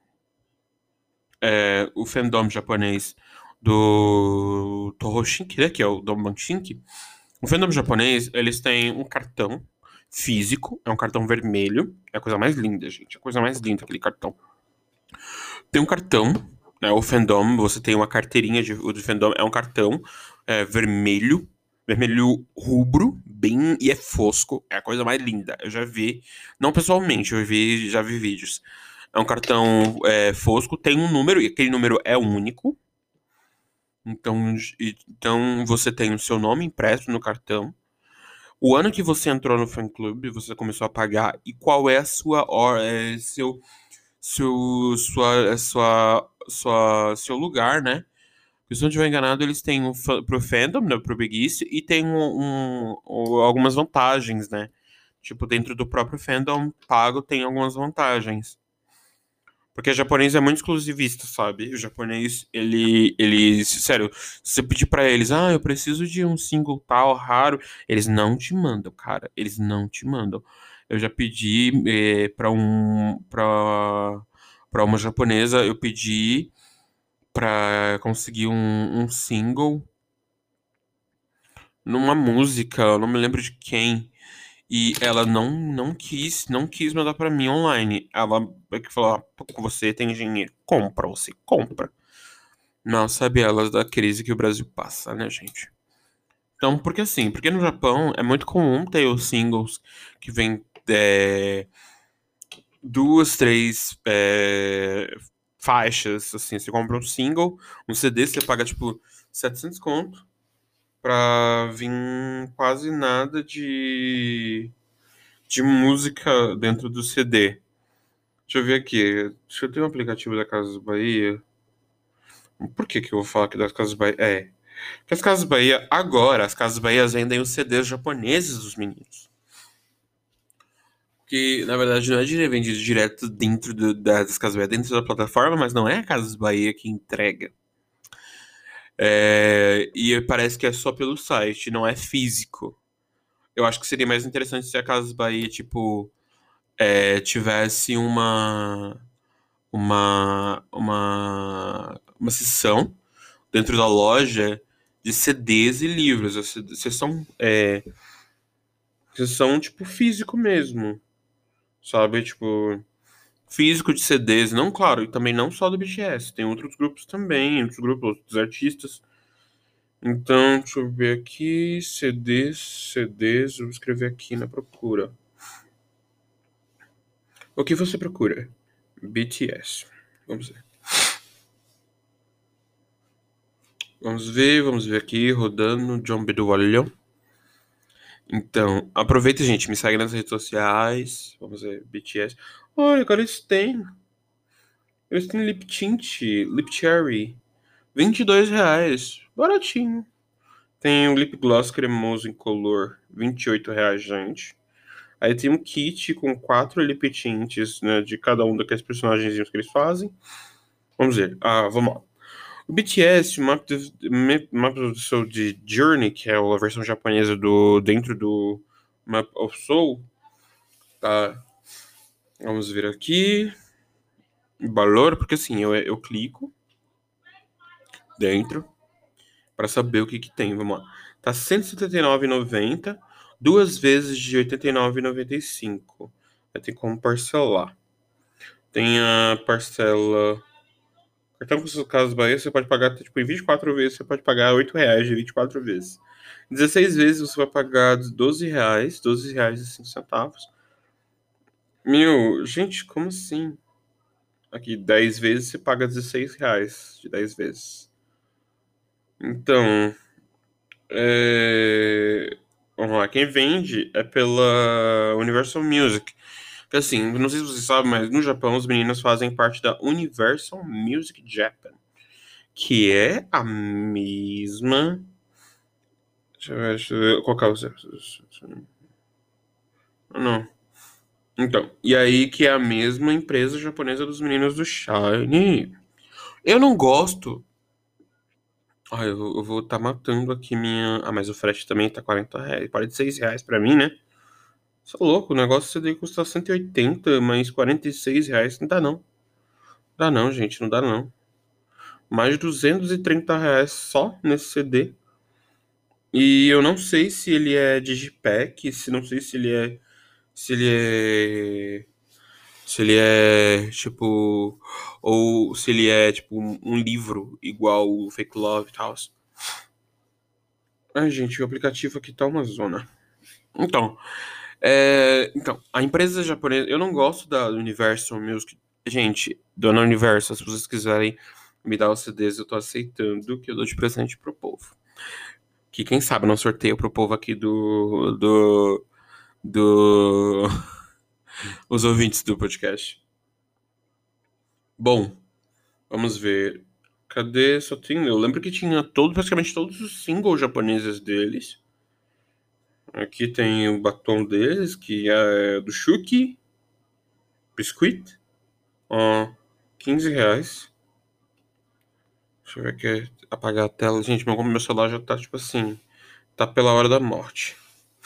é, o fandom japonês do Toroshinki, né? Que é o Donbanshinki. O fandom japonês, eles têm um cartão físico, é um cartão vermelho. É a coisa mais linda, gente. É a coisa mais linda aquele cartão. Tem um cartão, né? O fandom, você tem uma carteirinha de, o de fandom, é um cartão é, vermelho, vermelho rubro, bem e é fosco, é a coisa mais linda. Eu já vi, não pessoalmente, eu vi, já vi vídeos. É um cartão é, fosco, tem um número e aquele número é único. Então, e- então você tem o seu nome impresso no cartão. O ano que você entrou no fã clube, você começou a pagar e qual é a sua hora, é, seu seu, sua, sua, sua, seu lugar, né? Porque se eu não estiver enganado, eles têm um, fa- pro fandom, né, pro Big East, e tem um, um- um- algumas vantagens, né? Tipo, dentro do próprio fandom pago tem algumas vantagens. Porque o japonês é muito exclusivista, sabe? O japonês, ele, ele, sério, se você pedir pra eles, ah, eu preciso de um single tal, raro, eles não te mandam, cara, eles não te mandam. Eu já pedi eh, pra um, pra, pra uma japonesa, eu pedi pra conseguir um, um single numa música, eu não me lembro de quem, e ela não, não quis, não quis mandar pra mim online. Ela é que falou, ah, você tem dinheiro, compra, você compra. Não, sabe elas da crise que o Brasil passa, né, gente? Então, porque assim, porque no Japão é muito comum ter os singles que vem é, duas, três é, faixas, assim, você compra um single, um C D, você paga tipo setecentos conto pra vir quase nada de, de música dentro do C D. Deixa eu ver aqui, deixa eu ter um aplicativo da Casas Bahia. Por que que eu vou falar aqui das Casas Bahia? É, porque as Casas Bahia, agora, as Casas Bahia vendem os C Ds japoneses dos meninos. Que, na verdade, não é dire- vendido direto dentro do- das Casas Bahia, dentro da plataforma, mas não é a Casas Bahia que entrega. É, e parece que é só pelo site, não é físico. Eu acho que seria mais interessante se a Casas Bahia, tipo, é, tivesse uma, uma, uma, uma seção dentro da loja de C Ds e livros. Vocês são, é, vocês são, tipo, físico mesmo, sabe? Tipo, físico de C Ds. Não, claro, e também não só do B T S. Tem outros grupos também, outros grupos, outros artistas. Então, deixa eu ver aqui. C Ds, C Ds. Vou escrever aqui na procura. O que você procura? B T S. Vamos ver. Vamos ver, vamos ver aqui, rodando, John Bedoualion. Então, aproveita, gente, me segue nas redes sociais. Vamos ver, B T S. Olha, agora eles têm. Eles têm lip tint, lip cherry. vinte e dois reais. Baratinho. Tem o lip gloss cremoso em color. vinte e oito reais, gente. Aí tem um kit com quatro lip tints, né, de cada um daqueles personagens que eles fazem. Vamos ver. Ah, vamos lá. O B T S, Map of, Map of Soul de Journey, que é a versão japonesa do dentro do Map of Soul, tá? Vamos ver aqui. Valor, porque assim, eu, eu clico dentro para saber o que que tem. Vamos lá. Tá cento e setenta e nove reais e noventa centavos, duas vezes de oitenta e nove reais e noventa e cinco centavos. Vai ter como parcelar. Tem a parcela cartão com seus Casas Bahia, você pode pagar tipo, em vinte e quatro vezes, você pode pagar oito reais de vinte e quatro vezes. dezesseis vezes você vai pagar doze reais, doze reais e cinco centavos. Meu, gente, como assim? Aqui, dez vezes você paga dezesseis reais de dez vezes. Então, é... vamos lá, quem vende é pela Universal Music. Que assim, não sei se vocês sabem, mas no Japão os meninos fazem parte da Universal Music Japan, que é a mesma. Deixa eu ver, deixa eu ver qual que é o. Não. Então, e aí que é a mesma empresa japonesa dos meninos do Shine. Eu não gosto. Ah, eu, eu vou estar matando aqui minha. Ah, mas o frete também tá quarenta reais. quarenta e seis reais pra mim, né? Você é louco, o negócio você daí custa cento e oitenta, mas quarenta e seis reais não dá não. Dá não, gente, não dá não. Mais de duzentos e trinta reais só nesse C D. E eu não sei se ele é digipack, se não sei se ele é. Se ele é. Se ele é, tipo. Ou se ele é, tipo, um, um livro igual o Fake Love e tal. Ai, gente, o aplicativo aqui tá uma zona. Então, é, então, a empresa japonesa. Eu não gosto da Universal Music. Gente, dona Universal, se vocês quiserem me dar os C Ds, eu tô aceitando que eu dou de presente pro povo. Que quem sabe não sorteio pro povo aqui do. do. do. os ouvintes do podcast. Bom, vamos ver. Cadê? Só tem. Eu lembro que tinha todo, praticamente todos os singles japoneses deles. Aqui tem o batom deles, que é do Shuki Biscuit. Ó, quinze reais. Deixa eu ver aqui. Apagar a tela. Gente, meu, meu celular já tá tipo assim. Tá pela hora da morte.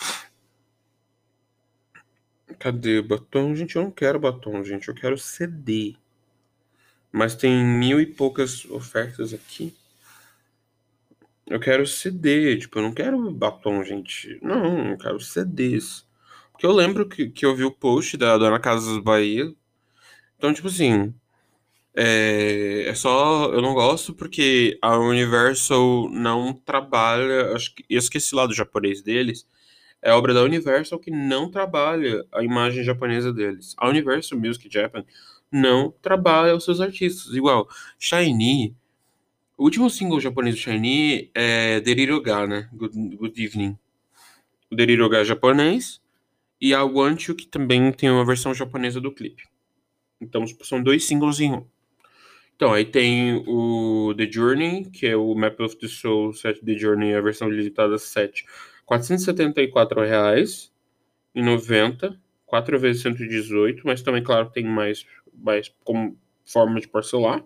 Cadê o batom? Gente, eu não quero batom, gente. Eu quero C D. Mas tem mil e poucas ofertas aqui. Eu quero C D, tipo, eu não quero batom, gente. Não, eu quero C Ds. Porque eu lembro que, que eu vi o post da Dona Casas Bahia. Então, tipo assim, é, é só. Eu não gosto porque a Universal não trabalha. Acho que eu esqueci lá do japonês deles. É obra da Universal que não trabalha a imagem japonesa deles. A Universal Music Japan não trabalha os seus artistas. Igual, Shiny. O último single japonês do Shiny é Deriroga, né? Good, Good Evening. O Deriroga é japonês e a Want You, que também tem uma versão japonesa do clipe. Então são dois singles em um. Então aí tem o The Journey, que é o Map of the Soul sete The Journey, a versão limitada sete, quatrocentos e setenta e quatro reais e noventa, quatro vezes cento e dezoito, mas também claro tem mais, mais como forma de parcelar.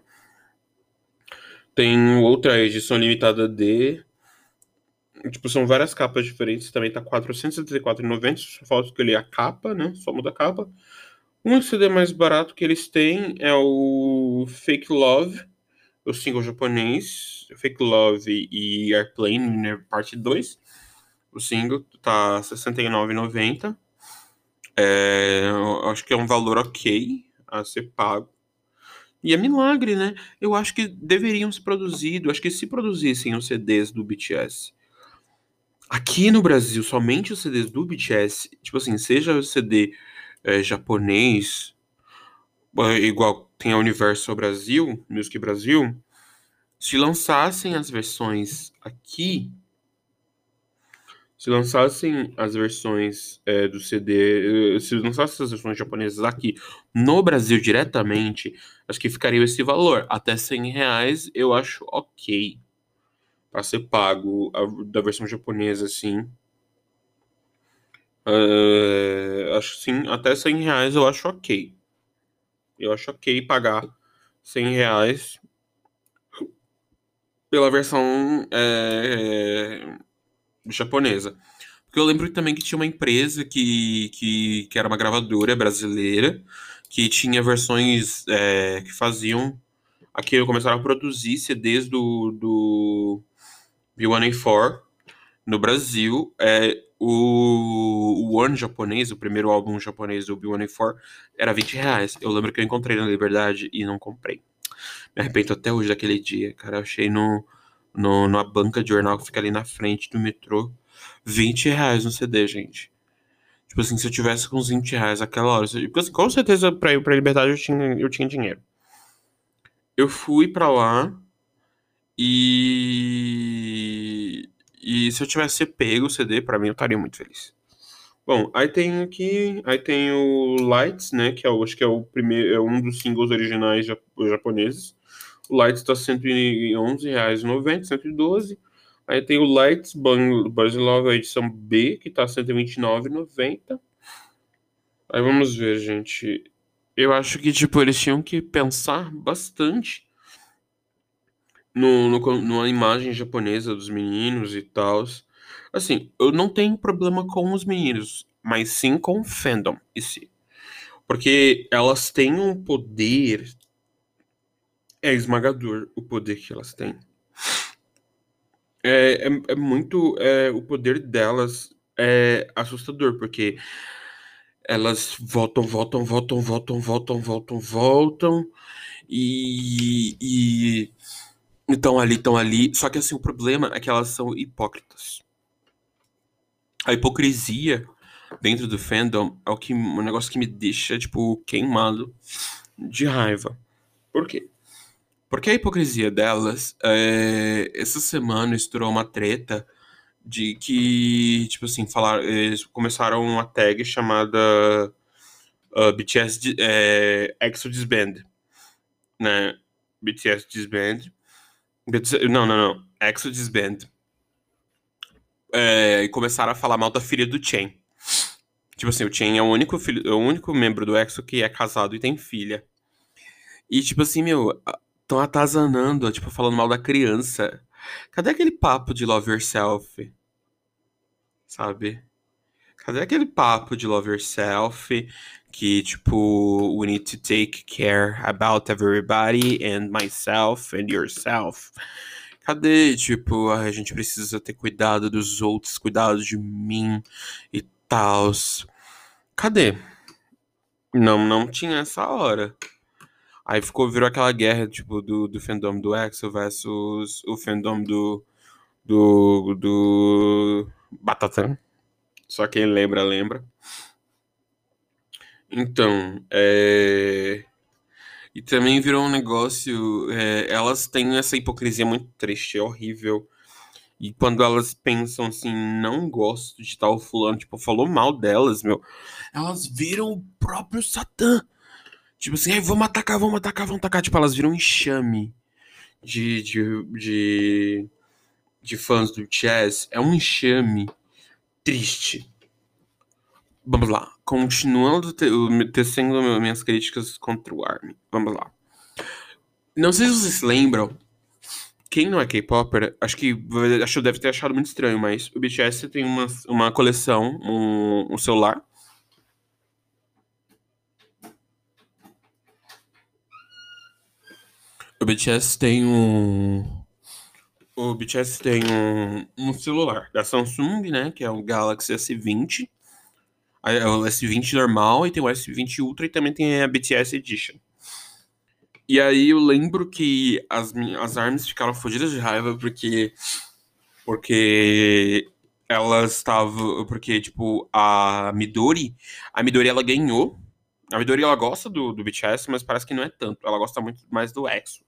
Tem outra edição limitada D. Tipo, são várias capas diferentes. Também tá quatrocentos e setenta e quatro reais e noventa centavos. Só falta escolher a capa, né? Só muda a capa. Um C D mais barato que eles têm é o Fake Love o single japonês, Fake Love e Airplane, né, parte dois. O single tá sessenta e nove reais e noventa centavos. É, eu acho que é um valor ok a ser pago. E é milagre, né? Eu acho que deveriam ser produzido, acho que se produzissem os C Ds do B T S aqui no Brasil, somente os C Ds do B T S, tipo assim, seja o C D é, japonês, é, igual tem a Universal Brasil, Music Brasil, se lançassem as versões aqui, se lançassem as versões é, do C D, eh, se lançassem as versões japonesas aqui no Brasil diretamente, acho que ficaria esse valor. Até cem reais eu acho ok para ser pago a, da versão japonesa, assim. É, acho sim, até cem reais eu acho ok. Eu acho ok pagar cem reais pela versão é, japonesa. Porque eu lembro também que tinha uma empresa que, que, que era uma gravadora brasileira que tinha versões é, que faziam. Aqui começaram a produzir C Ds do, do B cento e quatro no Brasil. É, o, o One japonês, o primeiro álbum japonês do B cento e quatro, era vinte reais. Eu lembro que eu encontrei na Liberdade e não comprei. Me arrependo até hoje daquele dia, cara. Eu achei no, no, numa banca de jornal que fica ali na frente do metrô. vinte reais no C D, gente. Tipo assim, se eu tivesse com uns vinte reais naquela hora. se- Porque, assim, com certeza pra ir pra Liberdade eu tinha, eu tinha dinheiro. Eu fui pra lá e. E se eu tivesse pego o C D, pra mim eu estaria muito feliz. Bom, aí tem aqui. Aí tem o Lights, né? Que é, o- acho que é o primeiro, é um dos singles originais ja- japoneses. O Lights tá cento e onze reais e noventa, cento e doze. Aí tem o Lights Bun- Buzz Love, a edição B, que tá cento e vinte e nove reais e noventa. Aí vamos ver, gente. Eu acho que, tipo, eles tinham que pensar bastante no, no, numa imagem japonesa dos meninos e tal. Assim, eu não tenho problema com os meninos, mas sim com o fandom em si. Porque elas têm um poder, é esmagador o poder que elas têm. É, é, é muito. É, o poder delas é assustador, porque elas voltam, voltam, voltam, voltam, voltam, voltam, voltam. E, e estão ali, estão ali. Só que assim, o problema é que elas são hipócritas. A hipocrisia dentro do fandom é o que, um negócio que me deixa, tipo, queimado de raiva. Por quê? Porque a hipocrisia delas, é, essa semana estourou uma treta de que, tipo assim, falar, eles começaram uma tag chamada uh, B T S di- é, EXO Disband, né? B T S Disband. B T S Não, não, não. EXO Disband. É, e começaram a falar mal da filha do Chen. Tipo assim, o Chen é o único filho, é o único membro do EXO que é casado e tem filha. E tipo assim, meu, estão atazanando, tipo, falando mal da criança. Cadê aquele papo de love yourself, sabe? Cadê aquele papo de love yourself que, tipo, we need to take care about everybody and myself and yourself? Cadê, tipo, a gente precisa ter cuidado dos outros, cuidado de mim e tals. Cadê? Não, não tinha essa hora. Aí ficou, virou aquela guerra, tipo, do, do fandom do EXO versus o fandom do, do, do Batatã. Só quem lembra, lembra. Então, é... E também virou um negócio. É, elas têm essa hipocrisia muito triste, é horrível. E quando elas pensam assim, não gosto de tal fulano, tipo, falou mal delas, meu. Elas viram o próprio Satã. Tipo assim, "Ai, vamos atacar, vamos atacar, vamos atacar." Tipo, elas viram um enxame de, de, de, de fãs do Chess. É um enxame triste. Vamos lá. Continuando te, tecendo minhas críticas contra o Armin. Vamos lá. Não sei se vocês se lembram. Quem não é K-Popper, acho que acho que deve ter achado muito estranho, mas o B T S tem uma, uma coleção, um, um celular. O B T S tem um. O B T S tem um, um celular da Samsung, né? Que é o Galaxy S vinte. Aí é o S vinte normal e tem o S vinte Ultra e também tem a B T S Edition. E aí eu lembro que as, mi- as ARMYs ficaram fodidas de raiva porque. Porque elas estavam. Porque, tipo, a Midori. A Midori ela ganhou. A Midori ela gosta do, do B T S, mas parece que não é tanto. Ela gosta muito mais do EXO.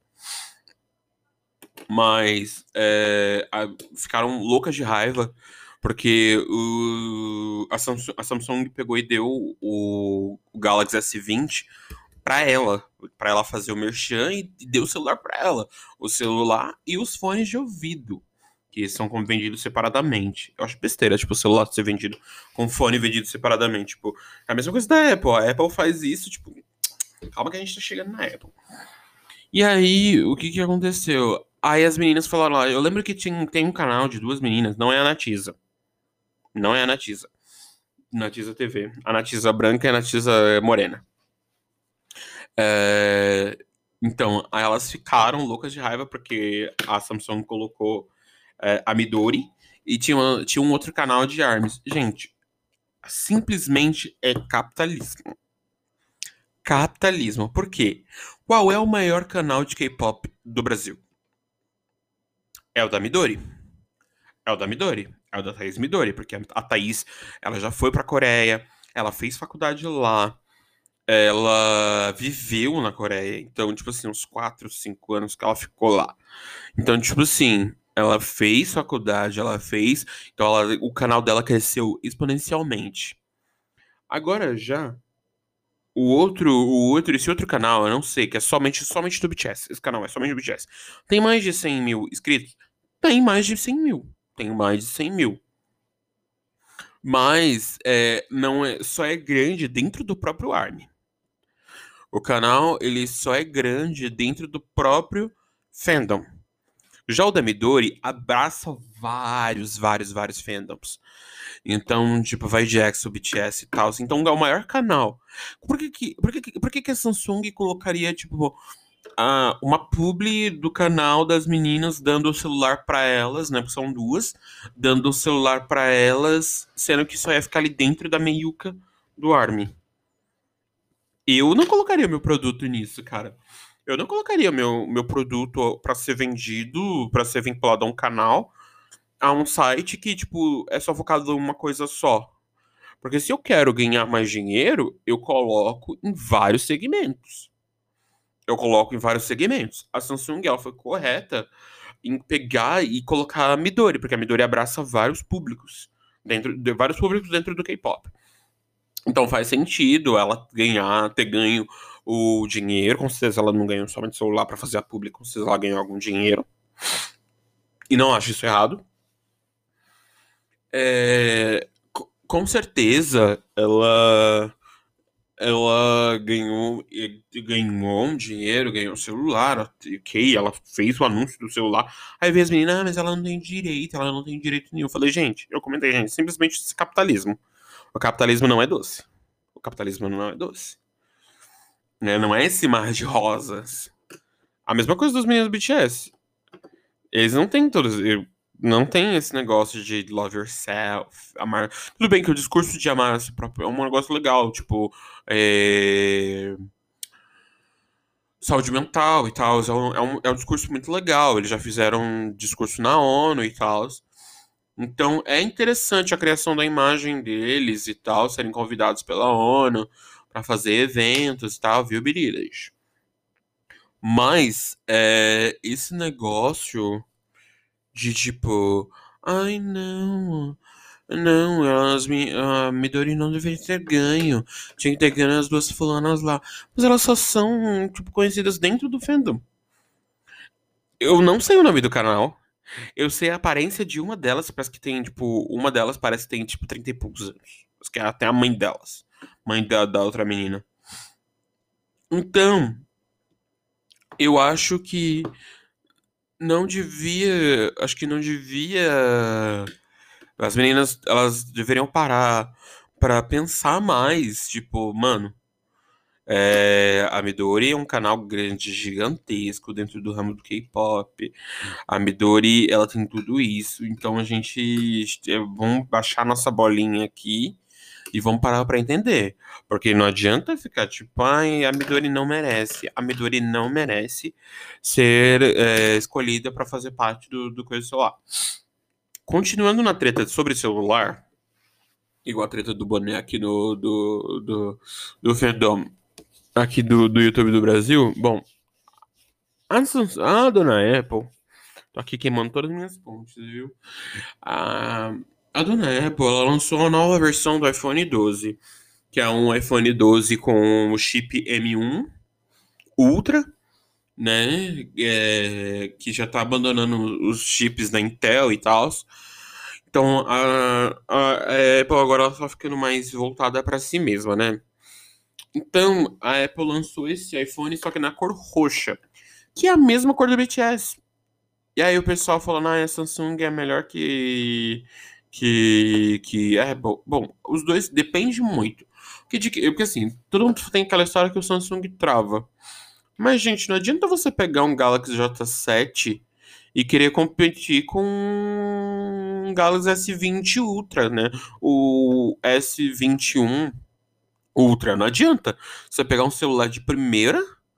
Mas é, a- ficaram loucas de raiva porque o, a, Samsung, a Samsung pegou e deu o, o Galaxy S vinte pra ela, pra ela fazer o merchan e deu o celular pra ela, o celular e os fones de ouvido, que são como vendidos separadamente. Eu acho besteira, tipo, o celular ser vendido com fone vendido separadamente, tipo, é a mesma coisa da Apple. A Apple faz isso, tipo, calma que a gente tá chegando na Apple. E aí, o que que aconteceu? Aí as meninas falaram lá, eu lembro que tinha, tem um canal de duas meninas, não é a Natisa. Não é a Natisa. Natisa T V. A Natisa branca e a Natisa morena. É, Então, aí elas ficaram loucas de raiva porque a Samsung colocou é, a Midori e tinha, uma- tinha um outro canal de ARMYs. Gente, simplesmente é capitalismo. Capitalismo. Por quê? Qual é o maior canal de K-pop do Brasil? É o da Midori. É o da Midori. É o da Thaís Midori, porque a Thaís, ela já foi pra Coreia, ela fez faculdade lá, ela viveu na Coreia. Então, tipo assim, uns quatro, cinco anos que ela ficou lá. Então, tipo assim, ela fez faculdade, ela fez. Então, ela- o canal dela cresceu exponencialmente. Agora já, o outro, o outro, esse outro canal, eu não sei, que é somente, somente do B T S. Esse canal é somente do B T S. Tem mais de cem mil inscritos? Tem mais de cem mil. Tem mais de cem mil. Mas é, não é, só é grande dentro do próprio ARMY. O canal, ele só é grande dentro do próprio fandom. Já o da Midori abraça vários, vários, vários fandoms. Então, tipo, vai de EXO, B T S e tal. Então, é o maior canal. Por que que, por que, que- por que que a Samsung colocaria, tipo, a, uma publi do canal das meninas dando o celular pra elas, né? Porque são duas, dando o celular pra elas, sendo que só ia ficar ali dentro da meiuca do ARMY. Eu não colocaria meu produto nisso, cara. Eu não colocaria meu, meu produto pra ser vendido, pra ser vinculado a um canal, a um site que, tipo, é só focado em uma coisa só. Porque se eu quero ganhar mais dinheiro, eu coloco em vários segmentos. Eu coloco em vários segmentos. A Samsung, ela foi correta em pegar e colocar a Midori, porque a Midori abraça vários públicos, dentro de vários públicos dentro do K-pop. Então faz sentido ela ganhar, ter ganho o dinheiro, com certeza ela não ganhou somente celular pra fazer a publi, com certeza ela ganhou algum dinheiro. E não acho isso errado. É, co- com certeza ela ela ganhou e- ganhou um dinheiro, ganhou um celular, ok, ela fez o anúncio do celular. Aí vem as meninas, ah, mas ela não tem direito, ela não tem direito nenhum. Eu falei, gente, eu comentei, gente, simplesmente esse capitalismo. O capitalismo não é doce. O capitalismo não é doce. Né? Não é esse mar de rosas. A mesma coisa dos meninos do B T S. Eles não têm todos. eu- Não tem esse negócio de love yourself, amar. Tudo bem que o discurso de amar a si próprio é um negócio legal, tipo, é, saúde mental e tal. É um, é um, é um discurso muito legal. Eles já fizeram um discurso na ONU e tal. Então é interessante a criação da imagem deles e tal, serem convidados pela ONU pra fazer eventos e tal, viu, Birilas? Mas é, esse negócio de tipo, ai não, não, elas me, a Midori não deveria ter ganho, tinha que ter ganho as duas fulanas lá, mas elas só são tipo conhecidas dentro do fandom. Eu não sei o nome do canal, eu sei a aparência de uma delas, parece que tem tipo, uma delas parece que tem tipo trinta e poucos anos, acho que é até a mãe delas, mãe da, da outra menina. Então, eu acho que não devia, acho que não devia. As meninas, elas deveriam parar pra pensar mais, tipo, mano, É, a Midori é um canal grande, gigantesco dentro do ramo do K-pop. A Midori, ela tem tudo isso. Então a gente é, vamos baixar nossa bolinha aqui e vamos parar pra entender. Porque não adianta ficar tipo, ai, a Midori não merece. A Midori não merece ser é, escolhida pra fazer parte do, do coisa celular. Continuando na treta sobre celular, igual a treta do boné aqui no, do, do, do fandom aqui do, do YouTube do Brasil. Bom, a, Samsung- a dona Apple, tô aqui queimando todas as minhas pontes, viu? A, a dona Apple, ela lançou uma nova versão do iPhone doze, que é um iPhone doze com o chip M um Ultra, né? É, que já tá abandonando os chips da Intel e tal. Então, a, a Apple agora ela tá ficando mais voltada para si mesma, né? Então, a Apple lançou esse iPhone só que na cor roxa, que é a mesma cor do B T S. E aí o pessoal falando, ah, a Samsung é melhor que que que Apple. Bom, os dois depende muito. Porque, de, que- porque assim, todo mundo tem aquela história que o Samsung trava. Mas, gente, não adianta você pegar um Galaxy J sete e querer competir com um Galaxy S vinte Ultra, né? O S vinte e um Ultra, não adianta. Você pegar um celular de primeira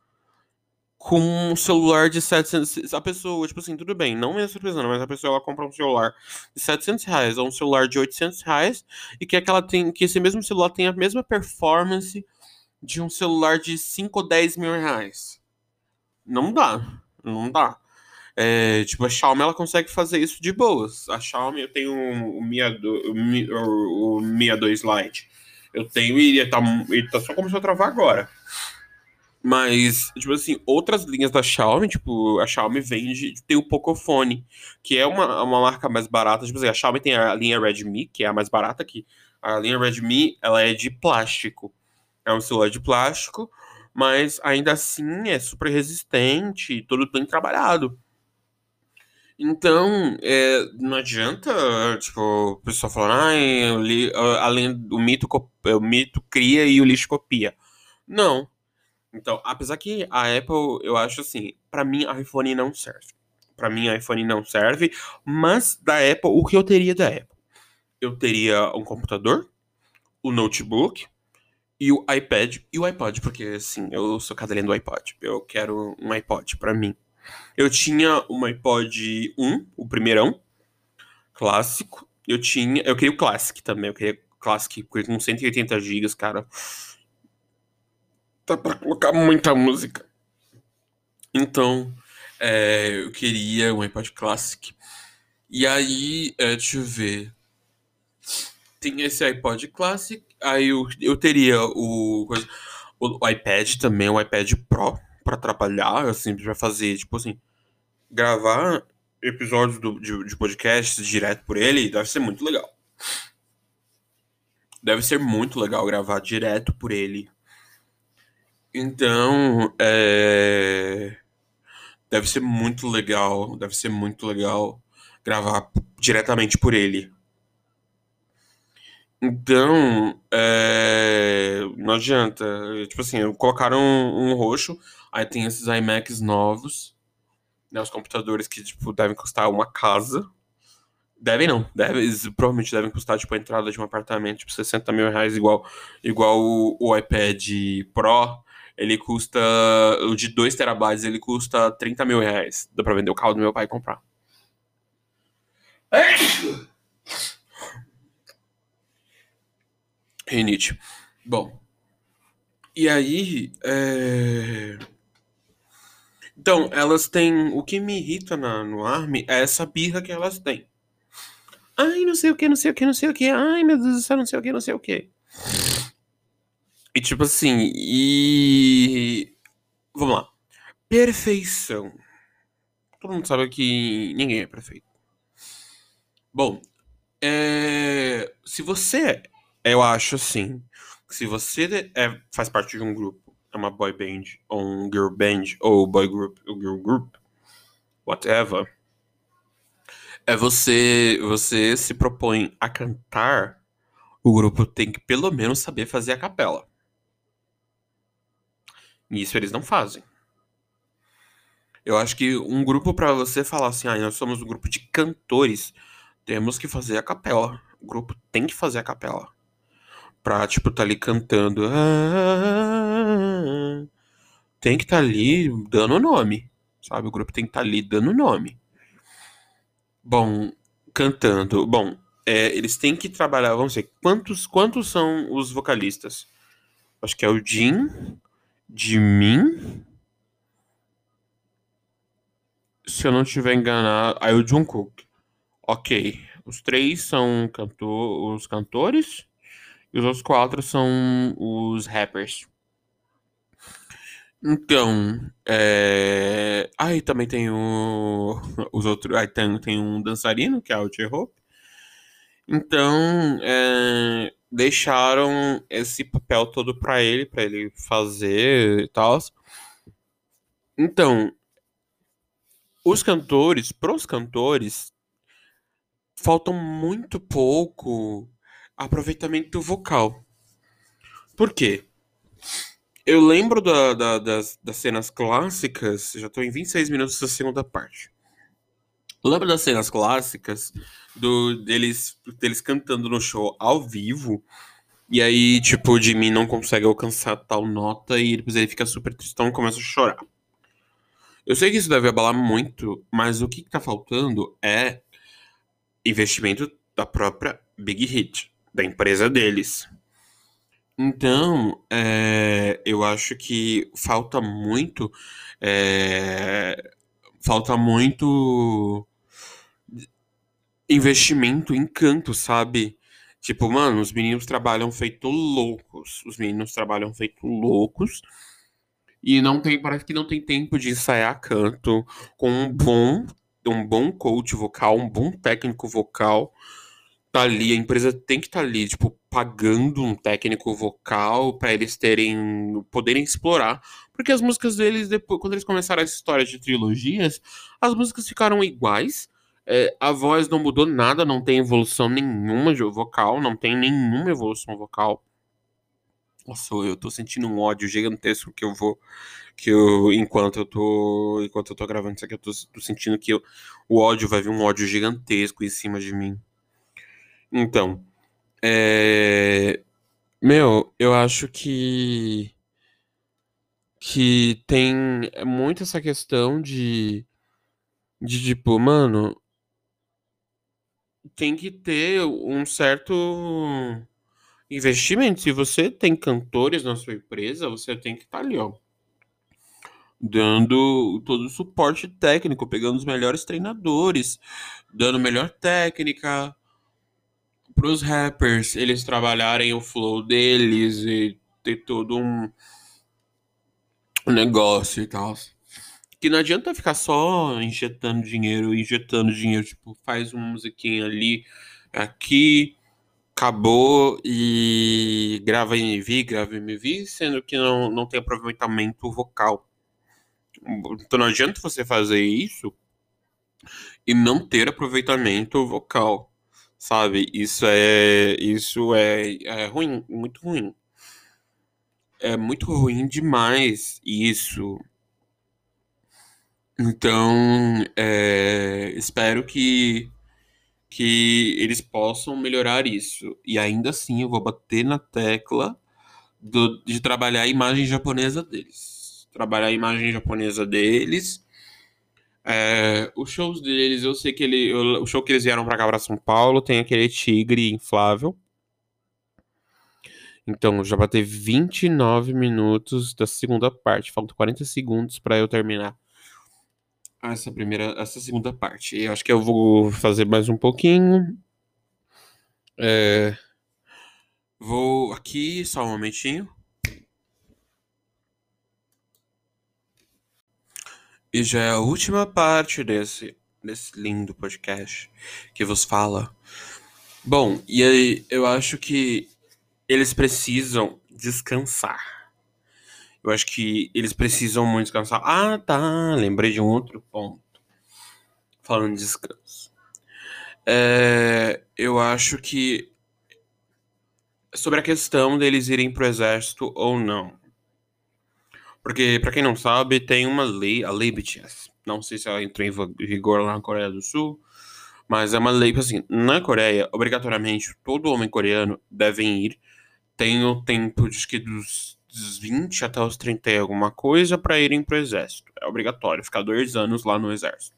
com um celular de setecentos. A pessoa, tipo assim, tudo bem, não é surpresa, mas a pessoa ela compra um celular de setecentos reais ou um celular de oitocentos reais e quer que ela tem, que esse mesmo celular tenha a mesma performance de um celular de cinco ou dez mil reais. Não dá, não dá. É, tipo, a Xiaomi ela consegue fazer isso de boas. A Xiaomi, eu tenho o Mi, A dois o Mi, o Mi A dois Lite. Eu tenho e ele tá, ele tá só começou a travar agora. Mas, tipo assim, outras linhas da Xiaomi, tipo, a Xiaomi vende, tem o Pocophone, que é uma, uma marca mais barata. Tipo assim, a Xiaomi tem a linha Redmi, que é a mais barata aqui. A linha Redmi, ela é de plástico. É um celular de plástico, mas ainda assim é super resistente, todo bem trabalhado. Então, é, não adianta, tipo, o pessoal falando, ai, o li- além do mito, co- o mito cria e o lixo copia. Não. Então, apesar que a Apple, eu acho assim, pra mim a iPhone não serve. Pra mim a iPhone não serve, mas da Apple, o que eu teria da Apple? Eu teria um computador, o notebook e o iPad e o iPod, porque assim, eu sou cadelinha do iPod. Eu quero um iPod pra mim. Eu tinha um iPod um, o primeirão, clássico. Eu tinha, eu queria o Classic também, eu queria Classic porque com cento e oitenta gigas, cara. Dá pra colocar muita música. Então, é, eu queria um iPod Classic. E aí, é, deixa eu ver. Tem esse iPod Classic. Aí eu, eu teria o, coisa- o, o iPad também, o iPad Pro, pra trabalhar, assim, pra fazer, tipo assim, gravar episódios do, de, de podcast direto por ele. Deve ser muito legal. Deve ser muito legal gravar direto por ele. Então, é. Deve ser muito legal, deve ser muito legal gravar diretamente por ele. Então, é, não adianta. Tipo assim, colocaram um, um roxo, aí tem esses iMacs novos, né? Os computadores que, tipo, devem custar uma casa. Devem não, devem, eles provavelmente devem custar, tipo, a entrada de um apartamento, tipo, sessenta mil reais, igual, igual o, o iPad Pro. Ele custa, o de dois terabytes, ele custa trinta mil reais. Dá pra vender o carro do meu pai e comprar. Rinite. Bom, e aí. é, Então, elas têm. O que me irrita na, no Army é essa birra que elas têm. Ai, não sei o que, não sei o que, não sei o que. Ai, meu Deus do céu, não sei o que, não sei o que. E tipo assim, e. Vamos lá. Perfeição. Todo mundo sabe que ninguém é perfeito. Bom, é... se você. Eu acho assim. Se você é... faz parte de um grupo, é uma boy band, ou um girl band, ou boy group, ou girl group, whatever, é você, você se propõe a cantar, o grupo tem que pelo menos saber fazer a capela. E isso eles não fazem. Eu acho que um grupo pra você falar assim, ah, nós somos um grupo de cantores, temos que fazer a capela. O grupo tem que fazer a capela. Pra, tipo, tá ali cantando. "Ah", tem que estar ali dando nome. Sabe? O grupo tem que estar ali dando nome. Bom, cantando. Bom, é, eles têm que trabalhar. Vamos ver, quantos, quantos são os vocalistas? Acho que é o Jin, Jimin, se eu não estiver enganado. Aí o Jungkook. Ok. Os três são cantor, os cantores e os outros quatro são os rappers. Então, é... aí também tem o... os outros. Aí tem, tem um dançarino, que é o J-Hope. Então, é, deixaram esse papel todo pra ele, pra ele fazer e tal. Então, os cantores, pros cantores, faltam muito pouco aproveitamento vocal. Por quê? Eu lembro da- da- das, das cenas clássicas, já tô em vinte e seis minutos da segunda parte. Eu lembro das cenas clássicas do, deles, deles cantando no show ao vivo. E aí, tipo, o Jimmy não consegue alcançar tal nota e depois ele fica super tristão e começa a chorar. Eu sei que isso deve abalar muito, mas o que que tá faltando é investimento da própria Big Hit, da empresa deles. Então, é, eu acho que falta muito, é, falta muito investimento em canto, sabe? Tipo, mano, os meninos trabalham feito loucos. Os meninos trabalham feito loucos. E não tem, parece que não tem tempo de ensaiar canto com um bom, um bom coach vocal, um bom técnico vocal. Tá ali, a empresa tem que estar tá ali, tipo, pagando um técnico vocal pra eles terem, poderem explorar. Porque as músicas deles, depois, quando eles começaram essa história de trilogias, as músicas ficaram iguais. É, a voz não mudou nada, não tem evolução nenhuma de vocal, não tem nenhuma evolução vocal. Nossa, eu tô sentindo um ódio gigantesco que eu vou que eu, enquanto eu tô, enquanto eu tô gravando isso aqui, eu tô, tô sentindo que eu- o ódio vai vir um ódio gigantesco em cima de mim. Então, é, meu, eu acho que que tem muito essa questão de de tipo, mano, tem que ter um certo investimento. Se você tem cantores na sua empresa, você tem que estar ali, ó, dando todo o suporte técnico, pegando os melhores treinadores, dando melhor técnica para os rappers, eles trabalharem o flow deles e ter todo um negócio e tal. Que não adianta ficar só injetando dinheiro, injetando dinheiro, tipo, faz uma musiquinha ali, aqui, acabou e grava M V, grava M V, sendo que não, não tem aproveitamento vocal. Então não adianta você fazer isso e não ter aproveitamento vocal, sabe? Isso é, isso é, é ruim, muito ruim. É muito ruim demais isso. Então, é, espero que, que eles possam melhorar isso. E ainda assim, eu vou bater na tecla do- de trabalhar a imagem japonesa deles. Trabalhar a imagem japonesa deles. É, os shows deles, eu sei que ele, eu- o show que eles vieram pra cá, pra São Paulo, tem aquele tigre inflável. Então, já bateu vinte e nove minutos da segunda parte. Faltam quarenta segundos pra eu terminar essa primeira, essa segunda parte. Eu acho que eu vou fazer mais um pouquinho. É, vou aqui, só um momentinho. E já é a última parte desse, desse lindo podcast que vos fala. Bom, e aí eu acho que eles precisam descansar. Eu acho que eles precisam muito descansar. Ah, tá. Lembrei de um outro ponto. Falando de descanso. É, eu acho que sobre a questão deles irem pro exército ou não. Porque, pra quem não sabe, tem uma lei, a lei B T S. Não sei se ela entrou em va- vigor lá na Coreia do Sul, mas é uma lei que, assim, na Coreia, obrigatoriamente, todo homem coreano deve ir. Tem o tempo, de, acho que dos, dos vinte até os trinta e alguma coisa pra irem pro exército. É obrigatório, ficar dois anos lá no exército.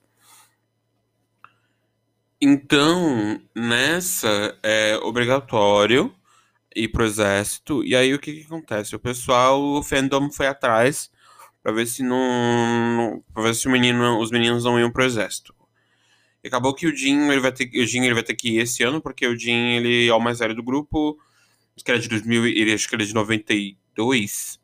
Então, nessa, é obrigatório ir pro exército. E aí, o que que acontece? O pessoal, o fandom foi atrás pra ver se não, não para ver se o menino, os meninos não iam pro exército. E acabou que o Jin, ele vai ter, o Jin, ele vai ter que ir esse ano, porque o Jin, ele é o mais velho do grupo. Acho que ele é de dois mil, ele acho que ele é de noventa e dois.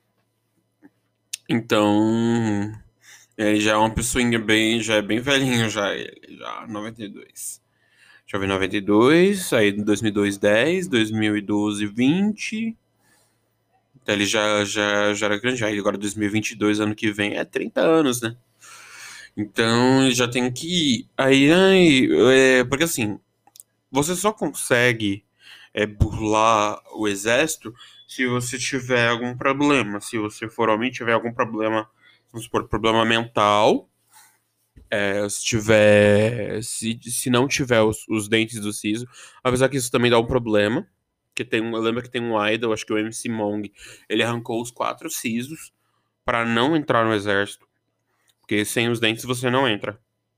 Então, ele já é uma pessoinha bem, já é bem velhinho já, ele, já noventa e dois. Deixa eu ver, noventa e dois, aí em dois mil e dois, dez, dois mil e doze, vinte. Então ele já, já, já era grande, aí agora dois mil e vinte e dois, ano que vem, é trinta anos, né? Então já tem que ir. Aí, aí é, porque assim, você só consegue é, burlar o exército se você tiver algum problema. Se você for homem e tiver algum problema, vamos supor, problema mental. É, se tiver. Se, se não tiver os, os dentes do siso. Apesar que isso também dá um problema. Que tem um, eu lembro que tem um idol, acho que é o M C Mong. Ele arrancou os quatro sisos para não entrar no exército. Porque sem os dentes você não entra.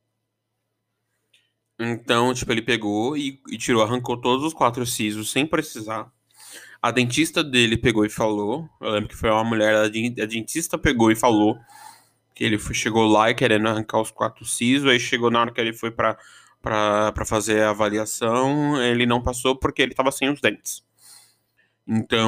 Então, tipo, ele pegou e, e tirou, arrancou todos os quatro sisos sem precisar. A dentista dele pegou e falou. Eu lembro que foi uma mulher, a, den- a dentista pegou e falou que ele foi- chegou lá e querendo arrancar os quatro sisos. Aí chegou na hora que ele foi pra, pra, pra fazer a avaliação, ele não passou porque ele tava sem os dentes. Então,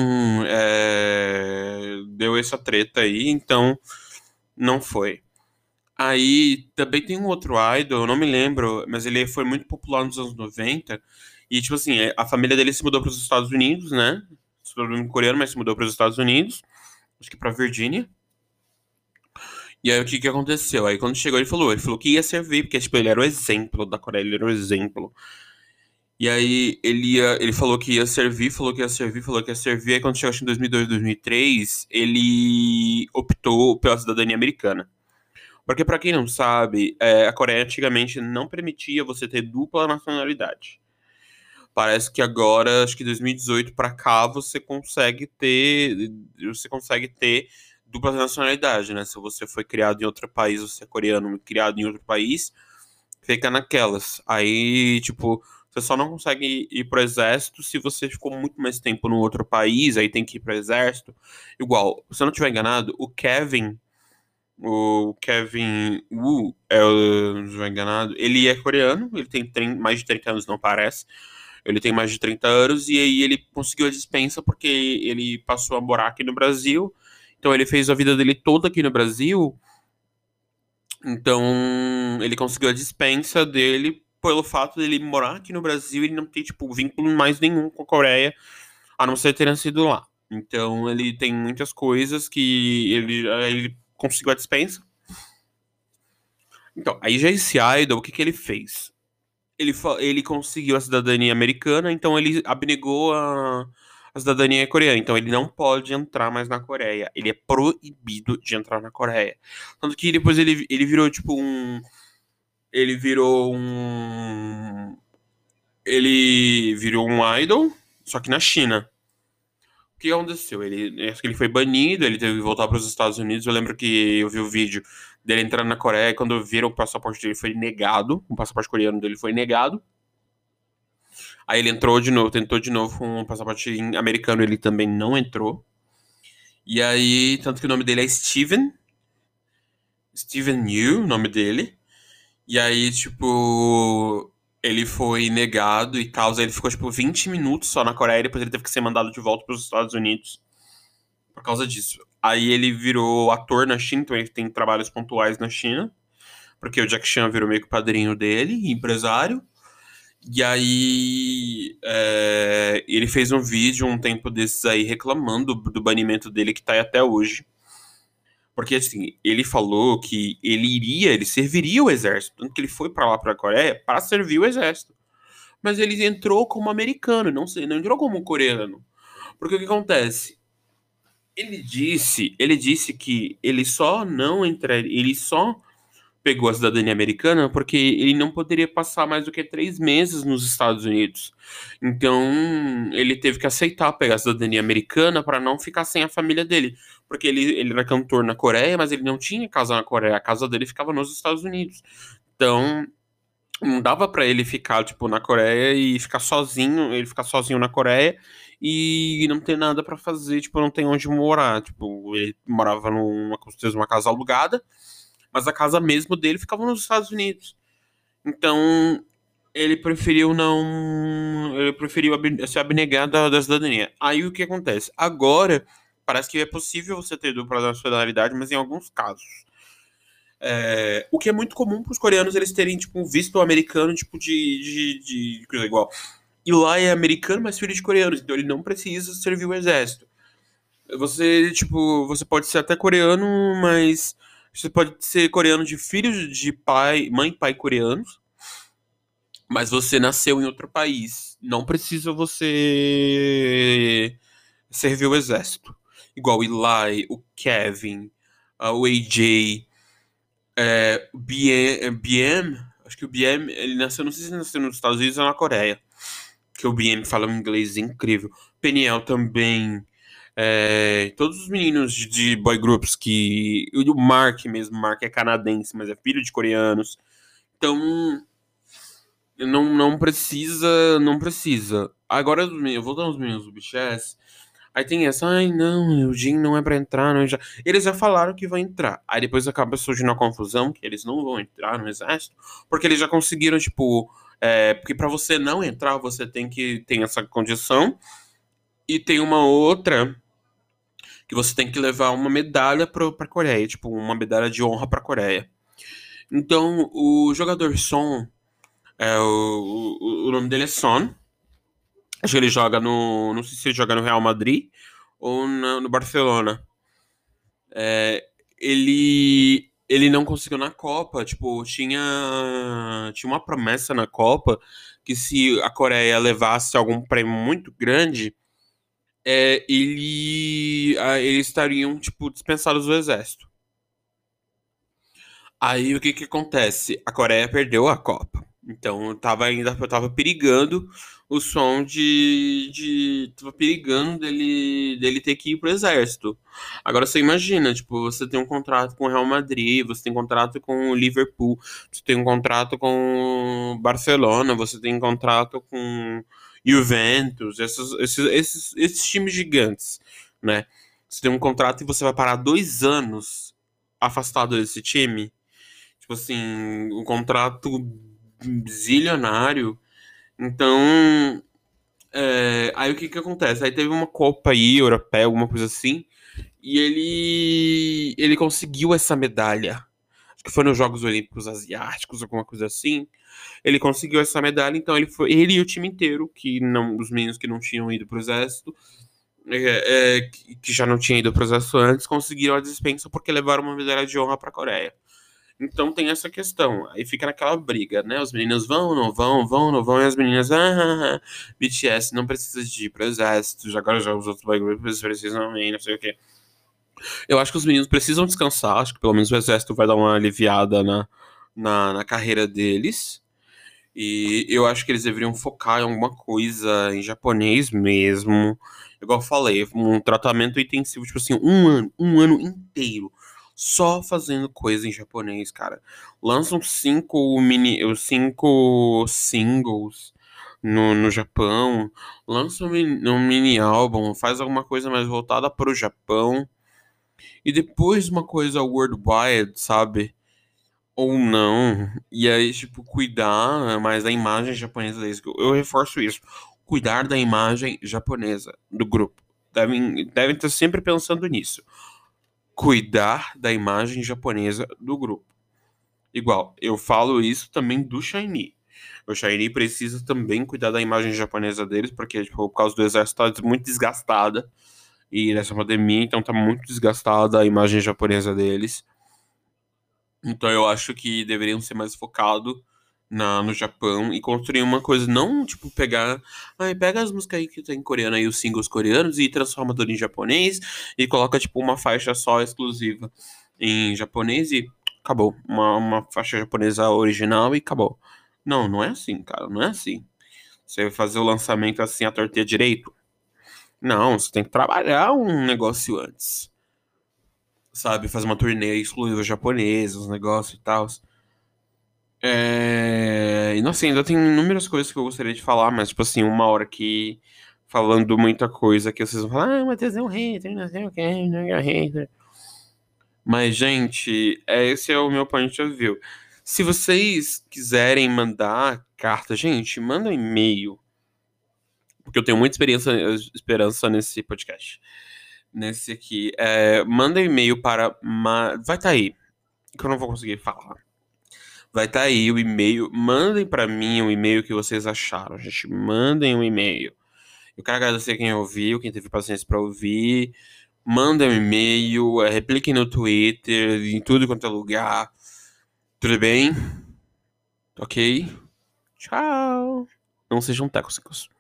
é, deu essa treta aí, então não foi. Aí também tem um outro idol, eu não me lembro, mas ele foi muito popular nos anos noventa. E, tipo assim, é, a família dele se mudou para os Estados Unidos, né? Se tornou um coreano, mas se mudou para os Estados Unidos, acho que pra Virgínia. E aí o que que aconteceu? Aí quando chegou, ele falou, ele falou que ia servir, porque, tipo, ele era o exemplo da Coreia, ele era o exemplo. E aí ele ia, ele falou que ia servir, falou que ia servir, falou que ia servir. Aí quando chegou acho, que em dois mil e dois, dois mil e três, ele optou pela cidadania americana. Porque, pra quem não sabe, é, a Coreia antigamente não permitia você ter dupla nacionalidade. Parece que agora, acho que dois mil e dezoito pra cá, você consegue ter, você consegue ter dupla nacionalidade, né? Se você foi criado em outro país, você é coreano, criado em outro país, fica naquelas. Aí, tipo, você só não consegue ir pro exército se você ficou muito mais tempo no outro país, aí tem que ir pro exército. Igual, se eu não estiver enganado, o Kevin o Kevin Wu, é, o- não estou enganado, ele é coreano, ele tem trin- mais de trinta anos, não parece. Ele tem mais de trinta anos e aí ele conseguiu a dispensa porque ele passou a morar aqui no Brasil. Então ele fez a vida dele toda aqui no Brasil. Então ele conseguiu a dispensa dele pelo fato dele morar aqui no Brasil e ele não ter, tipo, vínculo mais nenhum com a Coreia, a não ser ter nascido lá. Então ele tem muitas coisas que ele, ele conseguiu a dispensa. Então, aí já esse idol, o que que ele fez? Ele, fa- ele conseguiu a cidadania americana, então ele abnegou a, a cidadania coreana. Então ele não pode entrar mais na Coreia. Ele é proibido de entrar na Coreia. Tanto que depois ele, ele virou tipo um. Ele virou um. Ele virou um idol, só que na China. O que aconteceu? Ele, acho que ele foi banido, ele teve que voltar para os Estados Unidos. Eu lembro que eu vi o vídeo dele entrando na Coreia e quando viram o passaporte dele foi negado. O passaporte coreano dele foi negado. Aí ele entrou de novo, tentou de novo com um passaporte americano, ele também não entrou. E aí, tanto que o nome dele é Steven, Steven Yu, o nome dele. E aí, tipo, ele foi negado e tal. Aí ele ficou, tipo, vinte minutos só na Coreia e depois ele teve que ser mandado de volta para os Estados Unidos por causa disso. Aí ele virou ator na China, então ele tem trabalhos pontuais na China, porque o Jack Chan virou meio que o padrinho dele, empresário. E aí, é, ele fez um vídeo um tempo desses aí reclamando do, do banimento dele que tá aí até hoje. Porque, assim, ele falou que ele iria, ele serviria o exército. Tanto que ele foi pra lá, pra Coreia, para servir o exército. Mas ele entrou como americano, não, sei, não entrou como coreano. Porque o que acontece? Ele disse, ele disse que ele só não entraria, ele só pegou a cidadania americana porque ele não poderia passar mais do que três meses nos Estados Unidos. Então, ele teve que aceitar pegar a cidadania americana para não ficar sem a família dele. Porque ele, ele era cantor na Coreia, mas ele não tinha casa na Coreia. A casa dele ficava nos Estados Unidos. Então, não dava para ele ficar, tipo, na Coreia e ficar sozinho, ele ficar sozinho na Coreia e não ter nada para fazer, tipo, não tem onde morar. Tipo, ele morava numa, com certeza, uma casa alugada, mas a casa mesmo dele ficava nos Estados Unidos. Então, ele preferiu não. Ele preferiu ab- se abnegar da, da cidadania. Aí o que acontece? Agora, parece que é possível você ter dupla nacionalidade, mas em alguns casos. É, o que é muito comum para os coreanos eles terem, tipo, um visto americano, tipo, de, de, de coisa igual. E lá é americano, mas filho de coreanos, então ele não precisa servir o exército. Você, tipo, você pode ser até coreano, mas você pode ser coreano de filhos de pai, mãe e pai coreanos, mas você nasceu em outro país. Não precisa você servir o exército. Igual o Eli, o Kevin, ah, o A J, é, o B M, B M, acho que o B M, ele nasceu, não sei se ele nasceu nos Estados Unidos ou na Coreia, que o B M fala um inglês incrível. Peniel também. É, todos os meninos de, de boy groups que. O Mark mesmo, o Mark é canadense, mas é filho de coreanos. Então, não, não precisa. Não precisa. Agora, os meninos- voltando aos meninos do B T S, aí tem essa, ai não, o Jin não é pra entrar, não, já... Eles já falaram que vão entrar. Aí depois acaba surgindo a confusão que eles não vão entrar no exército, porque eles já conseguiram, tipo. É, porque pra você não entrar, você tem que ter essa condição. E tem uma outra que você tem que levar uma medalha pro, pra Coreia, tipo, uma medalha de honra pra Coreia. Então, o jogador Son, é, o, o, o nome dele é Son. Acho que ele joga no. Não sei se ele joga no Real Madrid ou na- no Barcelona. É, ele. Ele não conseguiu na Copa. Tipo, tinha. Tinha uma promessa na Copa que se a Coreia levasse algum prêmio muito grande, é, ele, ah, eles estariam, tipo, dispensados do exército. Aí o que que acontece? A Coreia perdeu a Copa. Então tava ainda tava perigando o som de, de tava perigando dele dele ter que ir pro exército. Agora você imagina, tipo, você tem um contrato com o Real Madrid, você tem um contrato com o Liverpool, você tem um contrato com o Barcelona, você tem um contrato com Juventus, esses, esses, esses, esses times gigantes, né? Você tem um contrato e você vai parar dois anos afastado desse time. Tipo assim, um contrato zilionário. Então, é, aí o que que acontece? Aí teve uma Copa aí, europeia, alguma coisa assim, e ele ele conseguiu essa medalha. Acho que foi nos Jogos Olímpicos Asiáticos, alguma coisa assim. Ele conseguiu essa medalha, então ele foi, ele e o time inteiro, que não, os meninos que não tinham ido pro exército, é, é, que que já não tinham ido pro exército antes, conseguiram a dispensa porque levaram uma medalha de honra pra Coreia. Então tem essa questão. Aí fica naquela briga, né? Os meninos vão, não vão, vão, não vão, e as meninas, ah, ah, ah, B T S não precisa de ir pro exército, já agora já os outros boy groups precisam também, não sei o quê. Eu acho que os meninos precisam descansar, acho que pelo menos o exército vai dar uma aliviada na, na, na carreira deles. E eu acho que eles deveriam focar em alguma coisa em japonês mesmo. Igual eu falei, um tratamento intensivo, tipo assim, um ano, um ano inteiro. Só fazendo coisa em japonês, cara. Lançam cinco mini, os cinco singles no, no Japão. Lança um mini, um mini álbum, faz alguma coisa mais voltada pro Japão. E depois uma coisa worldwide, sabe? Ou não. E aí, tipo, cuidar mais da imagem japonesa deles. Eu reforço isso. Cuidar da imagem japonesa do grupo. Devem, devem estar sempre pensando nisso. Cuidar da imagem japonesa do grupo. Igual, eu falo isso também do Shiny. O Shiny precisa também cuidar da imagem japonesa deles, porque, tipo, por causa do exército tá muito desgastada. E nessa pandemia, então tá muito desgastada a imagem japonesa deles. Então eu acho que deveriam ser mais focados na, no Japão e construir uma coisa, não, tipo, pegar. Ai, pega as músicas aí que tem em coreano aí, os singles coreanos, e transforma tudo em japonês e coloca, tipo, uma faixa só exclusiva em japonês e acabou. Uma, uma faixa japonesa original e acabou. Não, não é assim, cara, não é assim. Você vai fazer o lançamento assim, a torta e a direito? Não, você tem que trabalhar um negócio antes. Sabe, fazer uma turnê exclusiva japonesa, os negócios e tal. É... E, assim, ainda tem inúmeras coisas que eu gostaria de falar, mas, tipo assim, uma hora aqui falando muita coisa que vocês vão falar, ah, Matheus é um hater, não sei o que, não é hater. Mas, gente, é, esse é o meu point of view. Se vocês quiserem mandar carta, gente, manda um e-mail, porque eu tenho muita experiência, esperança nesse podcast. Nesse aqui. É, manda um e-mail para. Ma... Vai estar aí, que eu não vou conseguir falar. Vai estar aí o e-mail. Mandem pra mim o e-mail que vocês acharam, gente. Mandem um e-mail. Eu quero agradecer quem ouviu, quem teve paciência pra ouvir. Mandem um e-mail, é, repliquem no Twitter, em tudo quanto é lugar. Tudo bem? Ok? Tchau. Não sejam tóxicos.